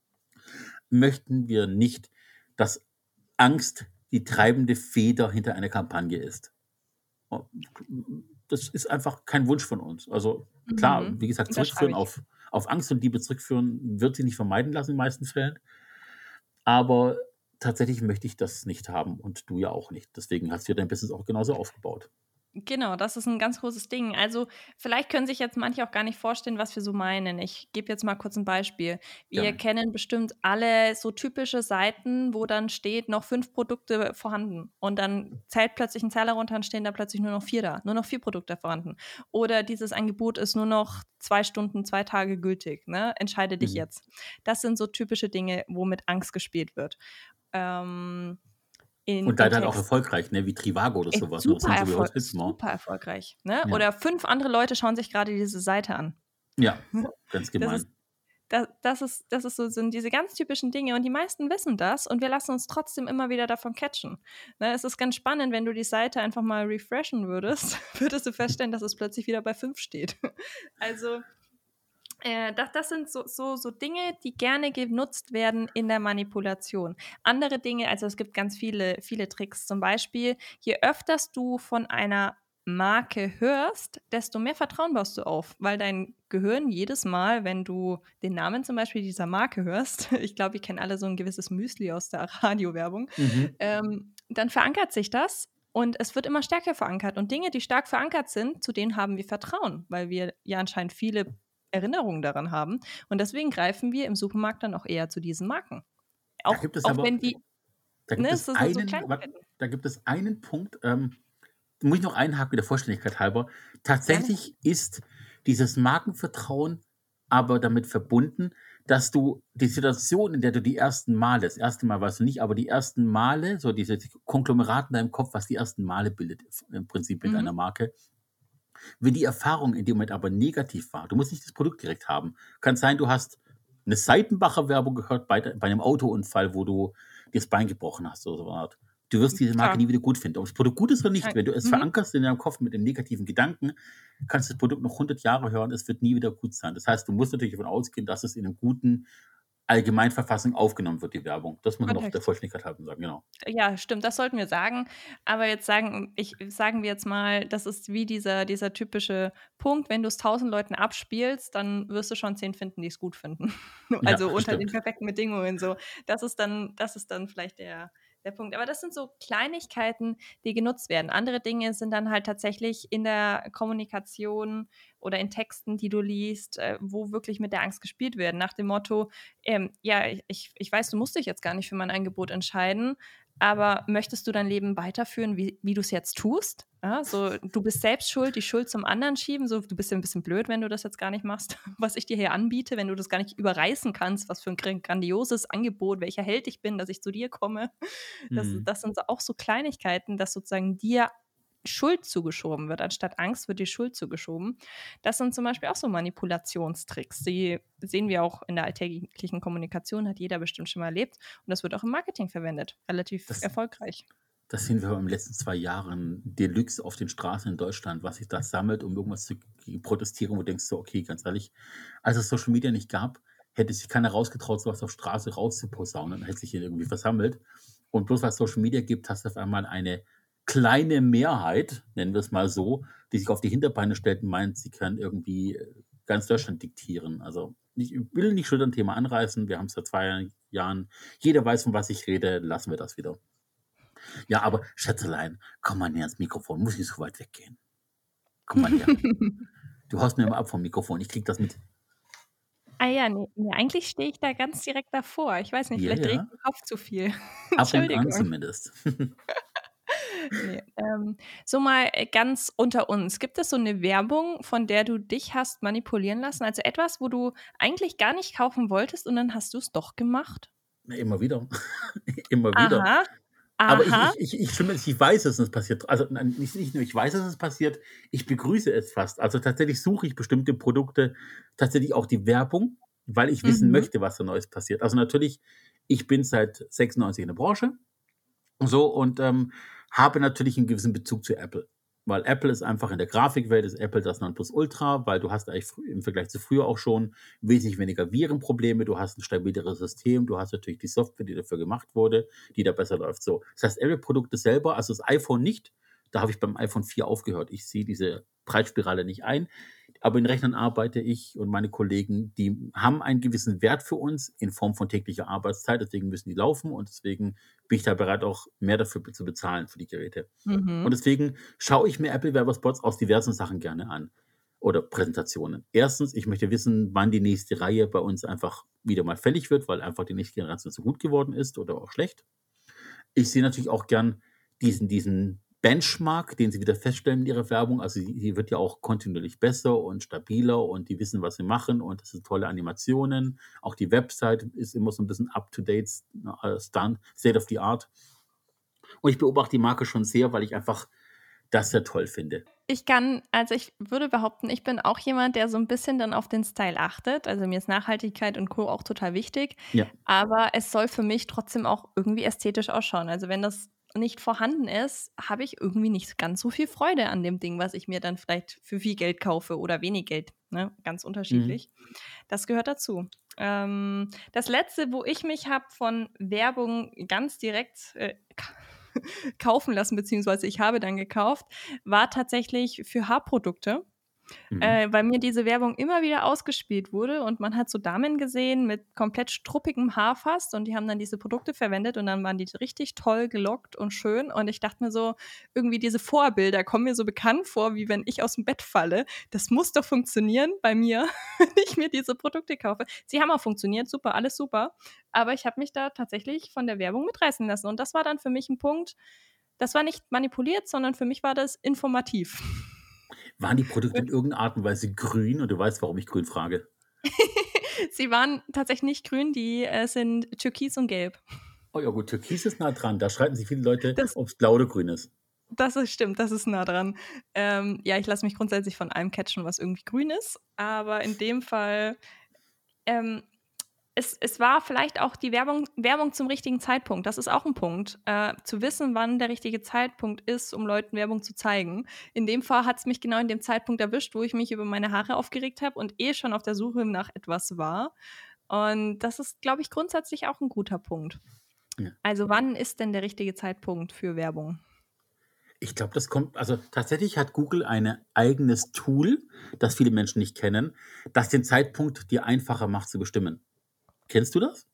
möchten wir nicht, dass Angst die treibende Feder hinter einer Kampagne ist. Oh, das ist einfach kein Wunsch von uns. Also, klar, Mhm. wie gesagt, Unterschreibe zurückführen ich. auf Angst und Liebe zurückführen wird sich nicht vermeiden lassen in den meisten Fällen, aber tatsächlich möchte ich das nicht haben und du ja auch nicht. Deswegen hast du ja dein Business auch genauso aufgebaut. Genau, das ist ein ganz großes Ding. Also, vielleicht können sich jetzt manche auch gar nicht vorstellen, was wir so meinen. Ich gebe jetzt mal kurz ein Beispiel. Wir Gerne. kennen bestimmt alle so typische Seiten, wo dann steht: „Noch 5 Produkte vorhanden.“ Und dann zählt plötzlich ein Zähler runter und stehen da plötzlich nur noch 4 da. Nur noch 4 Produkte vorhanden. Oder dieses Angebot ist nur noch 2 Stunden, 2 Tage gültig, ne? Entscheide dich Mhm. jetzt. Das sind so typische Dinge, wo mit Angst gespielt wird. Ähm, Und in leider halt auch Text. erfolgreich, ne, wie Trivago oder so was, ne? Was Super sind so wie Hotelzimmer. super erfolgreich, ne? Ja. Oder 5 andere Leute schauen sich grade diese Seite an. Ja, ganz Das ist gemein. das ist so sind diese ganz typischen Dinge und die meisten wissen das und wir lassen uns trotzdem immer wieder davon catchen. Ne, es ist ganz spannend, wenn du die Seite einfach mal refreshen würdest, würdest du feststellen, dass es plötzlich wieder bei 5 steht. Also, Das sind so Dinge, die gerne genutzt werden in der Manipulation. Andere Dinge, also es gibt ganz viele Tricks. Zum Beispiel, je öfters du von einer Marke hörst, desto mehr Vertrauen baust du auf, weil dein Gehirn jedes Mal, wenn du den Namen zum Beispiel dieser Marke hörst, ich glaube, wir kennen alle so ein gewisses Müsli aus der Radiowerbung, Mhm. dann verankert sich das und es wird immer stärker verankert. Und Dinge, die stark verankert sind, zu denen haben wir Vertrauen, weil wir ja anscheinend viele Erinnerungen daran haben. Und deswegen greifen wir im Supermarkt dann auch eher zu diesen Marken. Da Auch, gibt es auch aber, wenn die, da gibt ne, es so Kleinigkeiten. da gibt es einen Punkt, muss ich noch einhaken, der Vollständigkeit halber. Gerne. Tatsächlich ist dieses Markenvertrauen aber damit verbunden, dass du die Situation, in der du die ersten Male, das erste Mal weißt du nicht, aber die ersten Male, so diese Konglomeraten in deinem Kopf, was die ersten Male bildet, im Prinzip mit Mhm. einer Marke, wenn die Erfahrung in dem Moment aber negativ war, du musst nicht das Produkt direkt haben. Kann sein, du hast eine Seitenbacher Werbung gehört bei einem Autounfall, wo du dir das Bein gebrochen hast oder so eine Art. Du wirst diese Marke Klar. nie wieder gut finden. Ob das Produkt gut ist oder nicht, wenn du es Mhm. verankerst in deinem Kopf mit dem negativen Gedanken, kannst du das Produkt noch 100 Jahre hören, es wird nie wieder gut sein. Das heißt, du musst natürlich davon ausgehen, dass es in einer guten Allgemeinverfassung aufgenommen wird, die Werbung. Das muss man noch der Kontext. Vollständigkeit halber sagen, genau. Ja, stimmt, das sollten wir sagen. Aber jetzt sagen wir jetzt mal, das ist wie dieser typische Punkt, wenn du es 1.000 Leuten abspielst, dann wirst du schon 10 finden, die es gut finden. Ja, Also, das unter den stimmt. perfekten Bedingungen so. Das ist dann vielleicht der Punkt. Aber das sind so Kleinigkeiten, die genutzt werden. Andere Dinge sind dann halt tatsächlich in der Kommunikation oder in Texten, die du liest, wo wirklich mit der Angst gespielt werden, nach dem Motto: „Ja, ich weiß, du musst dich jetzt gar nicht für mein Angebot entscheiden, aber möchtest du dein Leben weiterführen, wie du es jetzt tust? Ja, so, du bist selbst schuld, die Schuld zum anderen schieben, so, du bist ja 'n bisschen blöd, wenn du das jetzt gar nicht machst, was ich dir hier anbiete, wenn du das gar nicht überreißen kannst, was für ein grandioses Angebot, welcher Held ich bin, dass ich zu dir komme.“ Mhm. Das sind so auch so Kleinigkeiten, dass sozusagen dir Schuld zugeschoben wird. Anstatt Angst wird dir Schuld zugeschoben. Das sind zum Beispiel auch so Manipulationstricks. Die sehen wir auch in der alltäglichen Kommunikation, hat jeder bestimmt schon mal erlebt. Und das wird auch im Marketing verwendet. Relativ Das erfolgreich. Das sehen wir in den letzten 2 Jahren Deluxe auf den Straßen in Deutschland, was sich da sammelt, um irgendwas zu protestieren, wo du denkst so: „Okay, ganz ehrlich, als es Social Media nicht gab, hätte sich keiner rausgetraut, so was auf Straße rauszuposaunen, hätte sich hier irgendwie versammelt. Und bloß weil's Social Media gibt, hast du auf einmal eine kleine Mehrheit, nennen wir es mal so, die sich auf die Hinterbeine stellt und meint, sie können irgendwie, ganz Deutschland diktieren. Also, ich will nicht schon ein Thema anreißen. Wir haben es seit 2 Jahren. Jeder weiß, von was ich rede. Lassen wir das wieder. Ja, aber Schätzelein, komm mal näher ans Mikrofon, muss nicht so weit weggehen. Komm mal näher. Du haust mir immer ab vom Mikrofon, ich kriege das mit. Ah ja, ne, eigentlich stehe ich da ganz direkt davor. Ich weiß nicht, Ja, vielleicht drehe ich ja, den Kopf zu viel. ab und an Entschuldigung. zumindest. Ne, so mal, ganz unter uns. Gibt es so 'ne Werbung, von der du dich hast manipulieren lassen? Also, etwas, wo du eigentlich gar nicht kaufen wolltest und dann hast du's doch gemacht? Immer wieder. Immer wieder. Aha, Aber aha. ich weiß, dass es passiert. Also, nein, nicht nur ich weiß, dass es passiert, ich begrüße es fast. Also, tatsächlich suche ich bestimmte Produkte, tatsächlich auch die Werbung, weil ich wissen Mhm. möchte, was da Neues passiert. Also, natürlich, ich bin seit 96 in der Branche. So und, habe natürlich einen gewissen Bezug zu Apple, weil Apple ist einfach in der Grafikwelt ist Apple das Nonplusultra, weil du hast eigentlich im Vergleich zu früher auch schon wesentlich weniger Virenprobleme, du hast ein stabileres System, du hast natürlich die Software, die dafür gemacht wurde, die da besser läuft, so. Das heißt, Apple-Produkte selber, also das iPhone nicht, da habe ich beim iPhone 4 aufgehört. Ich sehe diese Preisspirale nicht ein, aber in Rechnern arbeite ich und meine Kollegen, die haben einen gewissen Wert für uns in Form von täglicher Arbeitszeit, deswegen müssen die laufen und deswegen bin ich da bereit, auch mehr dafür zu bezahlen für die Geräte. Und Mhm. deswegen schaue ich mir Apple-Werbespots aus diversen Sachen gerne an oder Präsentationen. Erstens, ich möchte wissen, wann die nächste Reihe bei uns einfach wieder mal fällig wird, weil einfach die nächste Generation so gut geworden ist oder auch schlecht. Ich sehe natürlich auch gern diesen Benchmark, den sie wieder feststellen in ihrer Werbung. Also, die wird ja auch kontinuierlich besser und stabiler und die wissen, was sie machen und das sind tolle Animationen. Auch die Website ist immer so ein bisschen up to date, State of the art. Und ich beobachte die Marke schon sehr, weil ich einfach das sehr toll finde. Ich würde behaupten, ich bin auch jemand, der so ein bisschen dann auf den Style achtet. Also, mir ist Nachhaltigkeit und Co. auch total wichtig, Ja. aber es soll für mich trotzdem auch irgendwie ästhetisch ausschauen. Also, wenn das nicht vorhanden ist, habe ich irgendwie nicht ganz so viel Freude an dem Ding, was ich mir dann vielleicht für viel Geld kaufe oder wenig Geld, ne? Ganz Mhm. unterschiedlich. Das gehört dazu. Das Letzte, wo ich mich habe von Werbung ganz direkt, kaufen lassen, beziehungsweise ich habe dann gekauft, war tatsächlich für Haarprodukte, Mhm. weil mir diese Werbung immer wieder ausgespielt wurde und man hat so Damen gesehen mit komplett struppigem Haar fast und die haben dann diese Produkte verwendet und dann waren die richtig toll gelockt und schön und ich dachte mir so, irgendwie diese Vorbilder kommen mir so bekannt vor, wie wenn ich aus dem Bett falle. Das muss doch funktionieren bei mir, wenn ich mir diese Produkte kaufe. Sie haben auch funktioniert, super, alles super, aber ich habe mich da tatsächlich von der Werbung mitreißen lassen und das war dann für mich ein Punkt, das war nicht manipuliert, sondern für mich war das informativ. Waren die Produkte in irgendeiner Art und Weise grün? Und du weißt, warum ich grün frage. Sie waren tatsächlich nicht grün, die, sind türkis und gelb. Oh ja gut, Türkis ist nah dran. Da streiten sich viele Leute, Das ob es blau oder grün ist. das ist stimmt, das ist nah dran. Ja, ich lasse mich grundsätzlich von allem catchen, was irgendwie grün ist, aber in dem Fall, ähm, es war vielleicht auch die Werbung zum richtigen Zeitpunkt. Das ist auch ein Punkt, zu wissen, wann der richtige Zeitpunkt ist, um Leuten Werbung zu zeigen. In dem Fall hat es mich genau in dem Zeitpunkt erwischt, wo ich mich über meine Haare aufgeregt habe und schon auf der Suche nach etwas war. Und das ist, glaube ich, grundsätzlich auch ein guter Punkt. Ja. Also, wann ist denn der richtige Zeitpunkt für Werbung? Ich glaube, das kommt, also tatsächlich hat Google ein eigenes Tool, das viele Menschen nicht kennen, das den Zeitpunkt dir einfacher macht zu bestimmen. Kennst du das?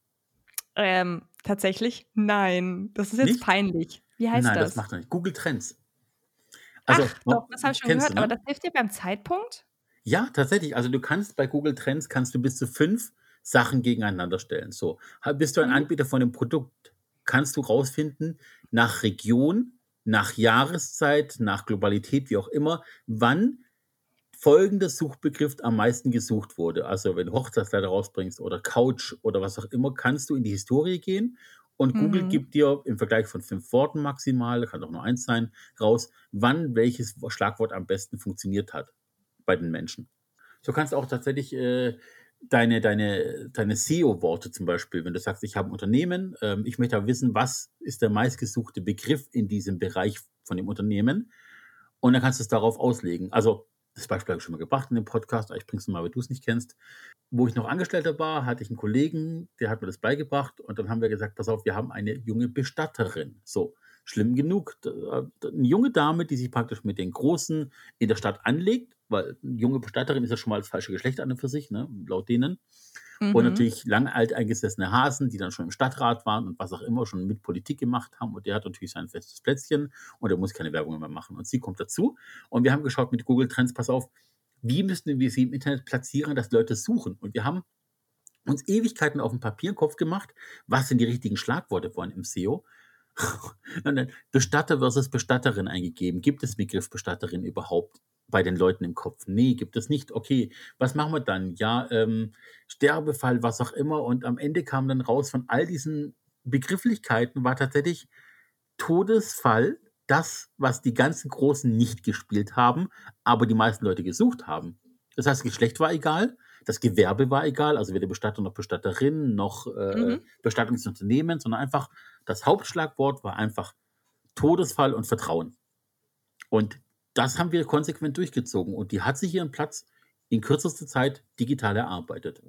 Tatsächlich nein. Das ist jetzt Nicht? peinlich. Wie heißt Nein, das das? macht er nicht. Google Trends. Also, Ach doch, das habe ich schon kennst du, gehört, aber ne? das hilft dir beim Zeitpunkt? Ja, tatsächlich. Also du kannst bei Google Trends kannst du bis zu 5 Sachen gegeneinander stellen. So, bist du ein Mhm. Anbieter von dem Produkt, kannst du rausfinden nach Region, nach Jahreszeit, nach Globalität, wie auch immer, wann folgender Suchbegriff am meisten gesucht wurde. Also wenn du Hochzeitskleider rausbringst oder Couch oder was auch immer, kannst du in die Historie gehen und Google Mhm. gibt dir im Vergleich von 5 Worten maximal, kann auch nur eins sein, raus, wann welches Schlagwort am besten funktioniert hat bei den Menschen. So kannst du auch tatsächlich deine SEO-Worte zum Beispiel, wenn du sagst, ich habe ein Unternehmen, ich möchte aber wissen, was ist der meistgesuchte Begriff in diesem Bereich von dem Unternehmen und dann kannst du es darauf auslegen. Also das Beispiel habe ich schon mal gebracht in dem Podcast, aber ich bringe es mal, weil du es nicht kennst. Wo ich noch Angestellter war, hatte ich einen Kollegen, der hat mir das beigebracht und dann haben wir gesagt, pass auf, wir haben eine junge Bestatterin. So, schlimm genug. Eine junge Dame, die sich praktisch mit den Großen in der Stadt anlegt, weil eine junge Bestatterin ist ja schon mal das falsche Geschlecht an und für sich, ne, laut denen. Und Mhm. natürlich lang alteingesessene Hasen, die dann schon im Stadtrat waren und was auch immer schon mit Politik gemacht haben. Und der hat natürlich sein festes Plätzchen und er muss keine Werbung mehr machen. Und sie kommt dazu. Und wir haben geschaut mit Google Trends, pass auf, wie müssen wir sie im Internet platzieren, dass Leute suchen? Und wir haben uns Ewigkeiten auf dem Papier im Kopf gemacht, was sind die richtigen Schlagworte wollen im SEO. Und dann Bestatter versus Bestatterin eingegeben. Gibt es Begriff Bestatterin überhaupt bei den Leuten im Kopf? Nee, gibt es nicht. Okay, was machen wir dann? Ja, Sterbefall, was auch immer. Und am Ende kam dann raus, von all diesen Begrifflichkeiten war tatsächlich Todesfall das, was die ganzen Großen nicht gespielt haben, aber die meisten Leute gesucht haben. Das heißt, Geschlecht war egal, das Gewerbe war egal, also weder Bestatter noch Bestatterin noch Mhm. Bestattungsunternehmen, sondern einfach das Hauptschlagwort war einfach Todesfall und Vertrauen. Und das haben wir konsequent durchgezogen und die hat sich ihren Platz in kürzester Zeit digital erarbeitet.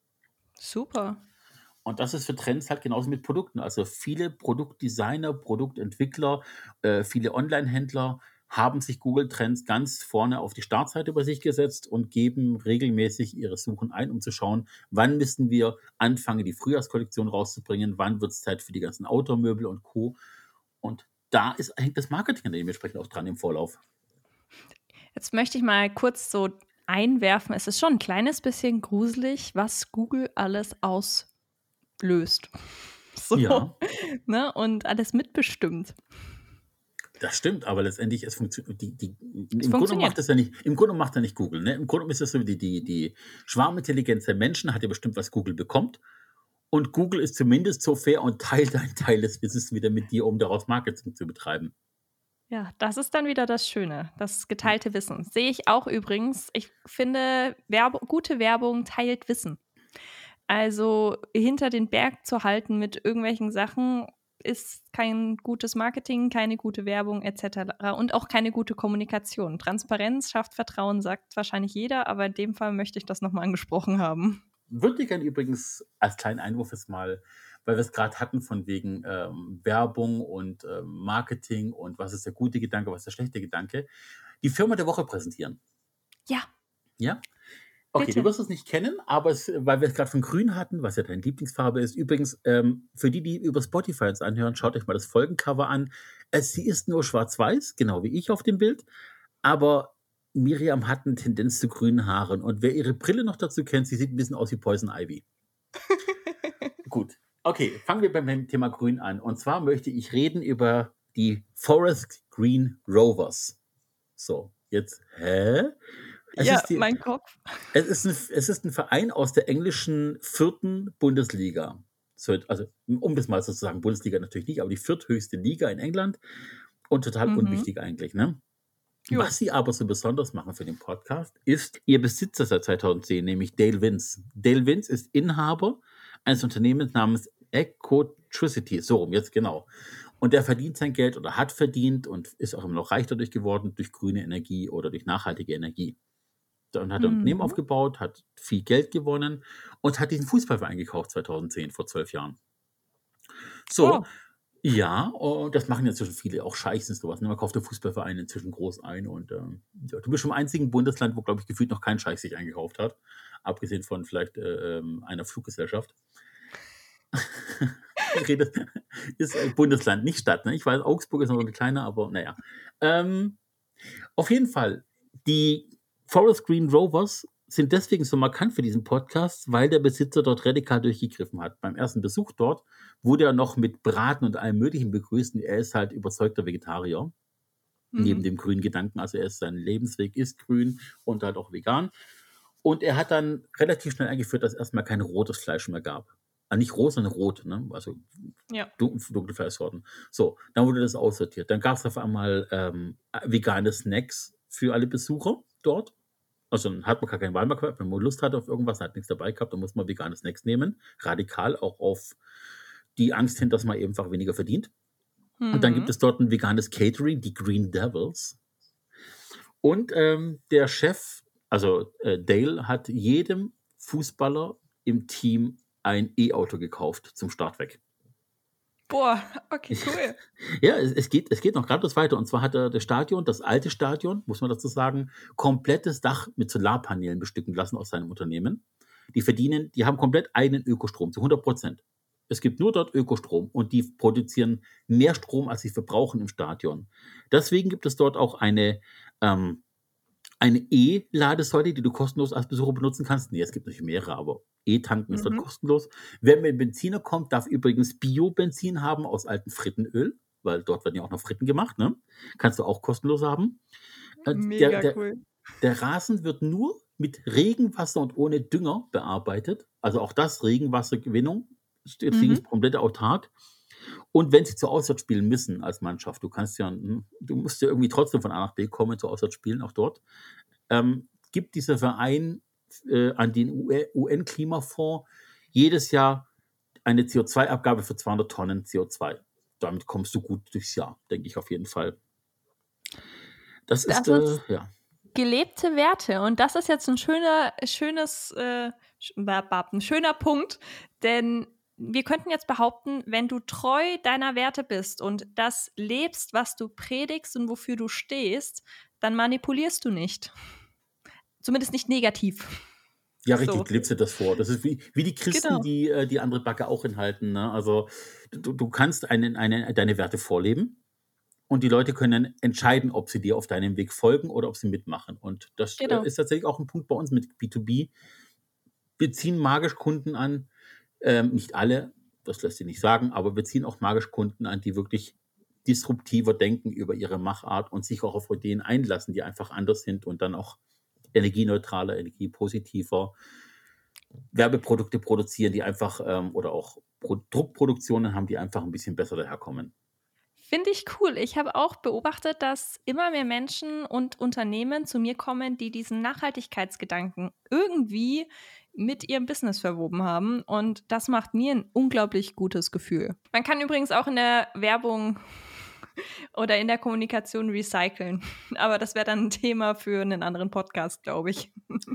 Super. Und das ist für Trends halt genauso mit Produkten. Also viele Produktdesigner, Produktentwickler, viele Online-Händler haben sich Google Trends ganz vorne auf die Startseite über sich gesetzt und geben regelmäßig ihre Suchen ein, um zu schauen, wann müssen wir anfangen, die Frühjahrskollektion rauszubringen, wann wird es Zeit für die ganzen Outdoor-Möbel und Co. Und da hängt das Marketing dementsprechend auch dran im Vorlauf. Jetzt möchte ich mal kurz so einwerfen, es ist schon ein kleines bisschen gruselig, was Google alles auslöst. So, Ja, ne, und alles mitbestimmt. das stimmt, aber letztendlich, es funktioniert, Es im Grunde funktioniert. macht das ja nicht, im Grunde macht er nicht Google, ne? Im Grunde ist das so, die Schwarmintelligenz der Menschen hat ja bestimmt, was Google bekommt. Und Google ist zumindest so fair und teilt einen Teil des Wissens wieder mit dir, um daraus Marketing zu betreiben. Ja, das ist dann wieder das Schöne, das geteilte Wissen. Sehe ich auch übrigens. Ich finde, gute Werbung teilt Wissen. Also, hinter den Berg zu halten mit irgendwelchen Sachen ist kein gutes Marketing, keine gute Werbung et cetera und auch keine gute Kommunikation. Transparenz schafft Vertrauen, sagt wahrscheinlich jeder, aber in dem Fall möchte ich das noch mal angesprochen haben. Würde ich gerne übrigens als kleinen Einwurf jetzt mal, weil wir es gerade hatten von wegen Werbung und Marketing und was ist der gute Gedanke, was ist der schlechte Gedanke, die Firma der Woche präsentieren. Ja, Ja? Okay, du bitte. wirst es nicht kennen, aber weil wir es gerade von Grün hatten, was ja deine Lieblingsfarbe ist. Übrigens, für die über Spotify uns anhören, schaut euch mal das Folgencover an. Sie ist nur schwarz-weiß, genau wie ich auf dem Bild, aber Miriam hat eine Tendenz zu grünen Haaren. Und wer ihre Brille noch dazu kennt, sie sieht ein bisschen aus wie Poison Ivy. Gut, okay, fangen wir beim Thema Grün an. Und zwar möchte ich reden über die Forest Green Rovers. So, jetzt, hä? Ja, mein Kopf. Es ist ein Verein aus der englischen 4. Bundesliga. Also, um das mal so zu sagen, Bundesliga natürlich nicht, aber die vierthöchste Liga in England und total unwichtig eigentlich, ne? Jo. Was sie aber so besonders machen für den Podcast, ist ihr Besitzer seit 2010, nämlich Dale Vince. Dale Vince ist Inhaber eines Unternehmens namens Ecotricity, so rum jetzt genau. Und der verdient sein Geld oder hat verdient und ist auch immer noch reich dadurch geworden, durch grüne Energie oder durch nachhaltige Energie. Dann hat er ein Unternehmen aufgebaut, hat viel Geld gewonnen und hat diesen Fußballverein gekauft 2010, vor 12 Jahren. So, Oh. ja, und das machen inzwischen viele, auch Scheichs und sowas. Ne? Man kauft den Fußballverein inzwischen groß ein und ja, du bist schon im einzigen Bundesland, wo, glaube ich, gefühlt noch kein Scheich sich eingekauft hat. Abgesehen von vielleicht einer Fluggesellschaft. Ich rede, ist Bundesland, nicht Stadt. Ne? Ich weiß, Augsburg ist noch ein kleiner, aber naja. Auf jeden Fall, die Forest Green Rovers sind deswegen so markant für diesen Podcast, weil der Besitzer dort radikal durchgegriffen hat. Beim ersten Besuch dort wurde er noch mit Braten und allem Möglichen begrüßt. Und er ist halt überzeugter Vegetarier, neben dem grünen Gedanken. Also sein Lebensweg ist grün und halt auch vegan. Und er hat dann relativ schnell eingeführt, dass es erstmal kein rotes Fleisch mehr gab. Nicht roh, sondern rot, ne? Also Ja. dunkle Fleischsorten. So, dann wurde das aussortiert. Dann gab es auf einmal vegane Snacks für alle Besucher dort. Also dann hat man gar keinen Wahl mehr gehabt. Wenn man Lust hatte auf irgendwas, hat nichts dabei gehabt, dann muss man vegane Snacks nehmen. Radikal, auch auf die Angst hin, dass man einfach weniger verdient. Und dann gibt es dort ein veganes Catering, die Green Devils. Und der Chef, also Dale, hat jedem Fußballer im Team ein E-Auto gekauft zum Start weg. Boah, okay, cool. Ja, es geht noch geradeaus weiter. Und zwar hat er das Stadion, das alte Stadion, muss man dazu sagen, komplettes Dach mit Solarpanelen bestücken lassen aus seinem Unternehmen. Die haben komplett eigenen Ökostrom, zu 100%. Es gibt nur dort Ökostrom und die produzieren mehr Strom, als sie verbrauchen im Stadion. Deswegen gibt es dort auch eine E-Ladesäule, die du kostenlos als Besucher benutzen kannst. Nee, es gibt natürlich mehrere, aber E-Tanken ist dort kostenlos. Wer mit Benziner kommt, darf übrigens Bio-Benzin haben aus altem Frittenöl, weil dort werden ja auch noch Fritten gemacht, ne? Kannst du auch kostenlos haben. Mega cool. Der Rasen wird nur mit Regenwasser und ohne Dünger bearbeitet. Also auch das Regenwassergewinnung. Deswegen ist komplett autark. Und wenn sie zu Auswärtsspielen müssen als Mannschaft, du musst ja irgendwie trotzdem von A nach B kommen zu Auswärtsspielen, auch dort, gibt dieser Verein an den UN-Klimafonds jedes Jahr eine CO2-Abgabe für 200 Tonnen CO2. Damit kommst du gut durchs Jahr, denke ich auf jeden Fall. Das ist ja. Gelebte Werte. Und das ist jetzt ein schöner Punkt, denn wir könnten jetzt behaupten, wenn du treu deiner Werte bist und das lebst, was du predigst und wofür du stehst, dann manipulierst du nicht. Zumindest nicht negativ. Ja, richtig, du lebst dir das vor. Das ist wie die Christen, Genau. die andere Backe auch enthalten. Ne? Also du kannst deine Werte vorleben und die Leute können entscheiden, ob sie dir auf deinem Weg folgen oder ob sie mitmachen. Und das ist tatsächlich auch ein Punkt bei uns mit B2B. Wir ziehen magisch Kunden an, nicht alle, das lässt sich nicht sagen, aber wir ziehen auch magisch Kunden an, die wirklich disruptiver denken über ihre Machart und sich auch auf Ideen einlassen, die einfach anders sind und dann auch energieneutraler, energiepositiver Werbeprodukte produzieren, die einfach oder auch Druckproduktionen haben, die einfach ein bisschen besser daherkommen. Finde ich cool. Ich habe auch beobachtet, dass immer mehr Menschen und Unternehmen zu mir kommen, die diesen Nachhaltigkeitsgedanken irgendwie mit ihrem Business verwoben haben. Und das macht mir ein unglaublich gutes Gefühl. Man kann übrigens auch in der Werbung oder in der Kommunikation recyceln. Aber das wäre dann ein Thema für einen anderen Podcast, glaube ich.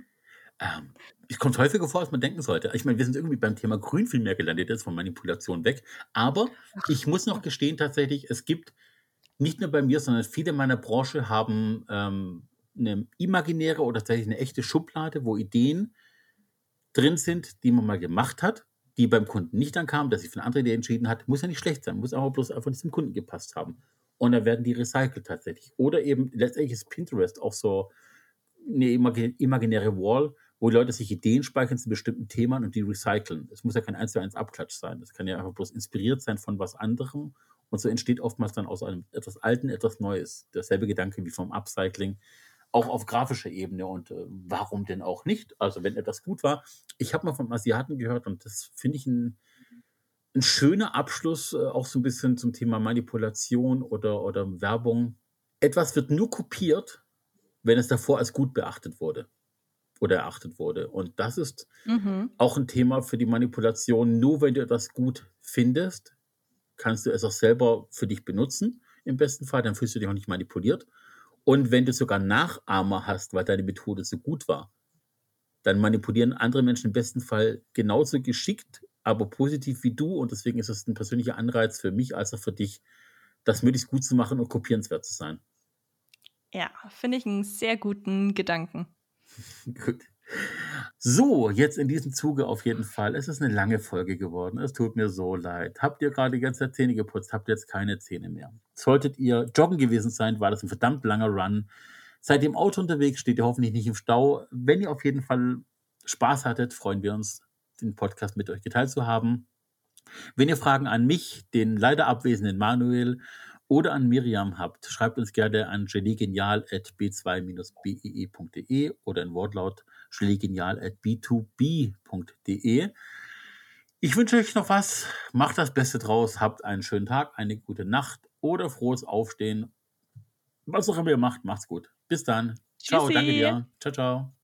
Es kommt häufiger vor, als man denken sollte. Ich meine, wir sind irgendwie beim Thema Grün viel mehr gelandet, jetzt von Manipulation weg. Aber ich muss noch gestehen, tatsächlich, es gibt nicht nur bei mir, sondern viele in meiner Branche haben eine imaginäre oder tatsächlich eine echte Schublade, wo Ideen drin sind, die man mal gemacht hat, die beim Kunden nicht ankamen, dass sich für eine andere Idee entschieden hat. Muss ja nicht schlecht sein, muss aber bloß einfach nicht zum Kunden gepasst haben. Und dann werden die recycelt tatsächlich. Oder eben letztendlich ist Pinterest auch so eine imaginäre Wall, wo Leute sich Ideen speichern zu bestimmten Themen und die recyceln. Es muss ja kein 1:1 Abklatsch sein. Das kann ja einfach bloß inspiriert sein von was anderem. Und so entsteht oftmals dann aus einem etwas Alten etwas Neues. Derselbe Gedanke wie vom Upcycling, auch auf grafischer Ebene. Und warum denn auch nicht? Also wenn etwas gut war. Ich habe mal vom Asiaten gehört und das finde ich ein schöner Abschluss, auch so ein bisschen zum Thema Manipulation oder Werbung. Etwas wird nur kopiert, wenn es davor als gut beachtet wurde oder erachtet wurde. Und das ist auch ein Thema für die Manipulation. Nur wenn du etwas gut findest, kannst du es auch selber für dich benutzen. Im besten Fall, dann fühlst du dich auch nicht manipuliert. Und wenn du sogar Nachahmer hast, weil deine Methode so gut war, dann manipulieren andere Menschen im besten Fall genauso geschickt, aber positiv wie du. Und deswegen ist es ein persönlicher Anreiz für mich als auch für dich, das möglichst gut zu machen und kopierenswert zu sein. Ja, finde ich einen sehr guten Gedanken. Gut. So, jetzt in diesem Zuge auf jeden Fall. Es ist eine lange Folge geworden. Es tut mir so leid. Habt ihr gerade die ganze Zeit Zähne geputzt? Habt ihr jetzt keine Zähne mehr? Solltet ihr joggen gewesen sein, war das ein verdammt langer Run. Seid ihr im Auto unterwegs, steht ihr hoffentlich nicht im Stau. Wenn ihr auf jeden Fall Spaß hattet, freuen wir uns, den Podcast mit euch geteilt zu haben. Wenn ihr Fragen an mich, den leider abwesenden Manuel oder an Miriam habt, schreibt uns gerne an genial@b2-bee.de oder in Wortlaut genial@b2b.de. Ich wünsche euch noch was. Macht das Beste draus. Habt einen schönen Tag, eine gute Nacht oder frohes Aufstehen. Was auch immer ihr macht, macht's gut. Bis dann. Ciao, danke Tschüssi. dir. Ciao, ciao.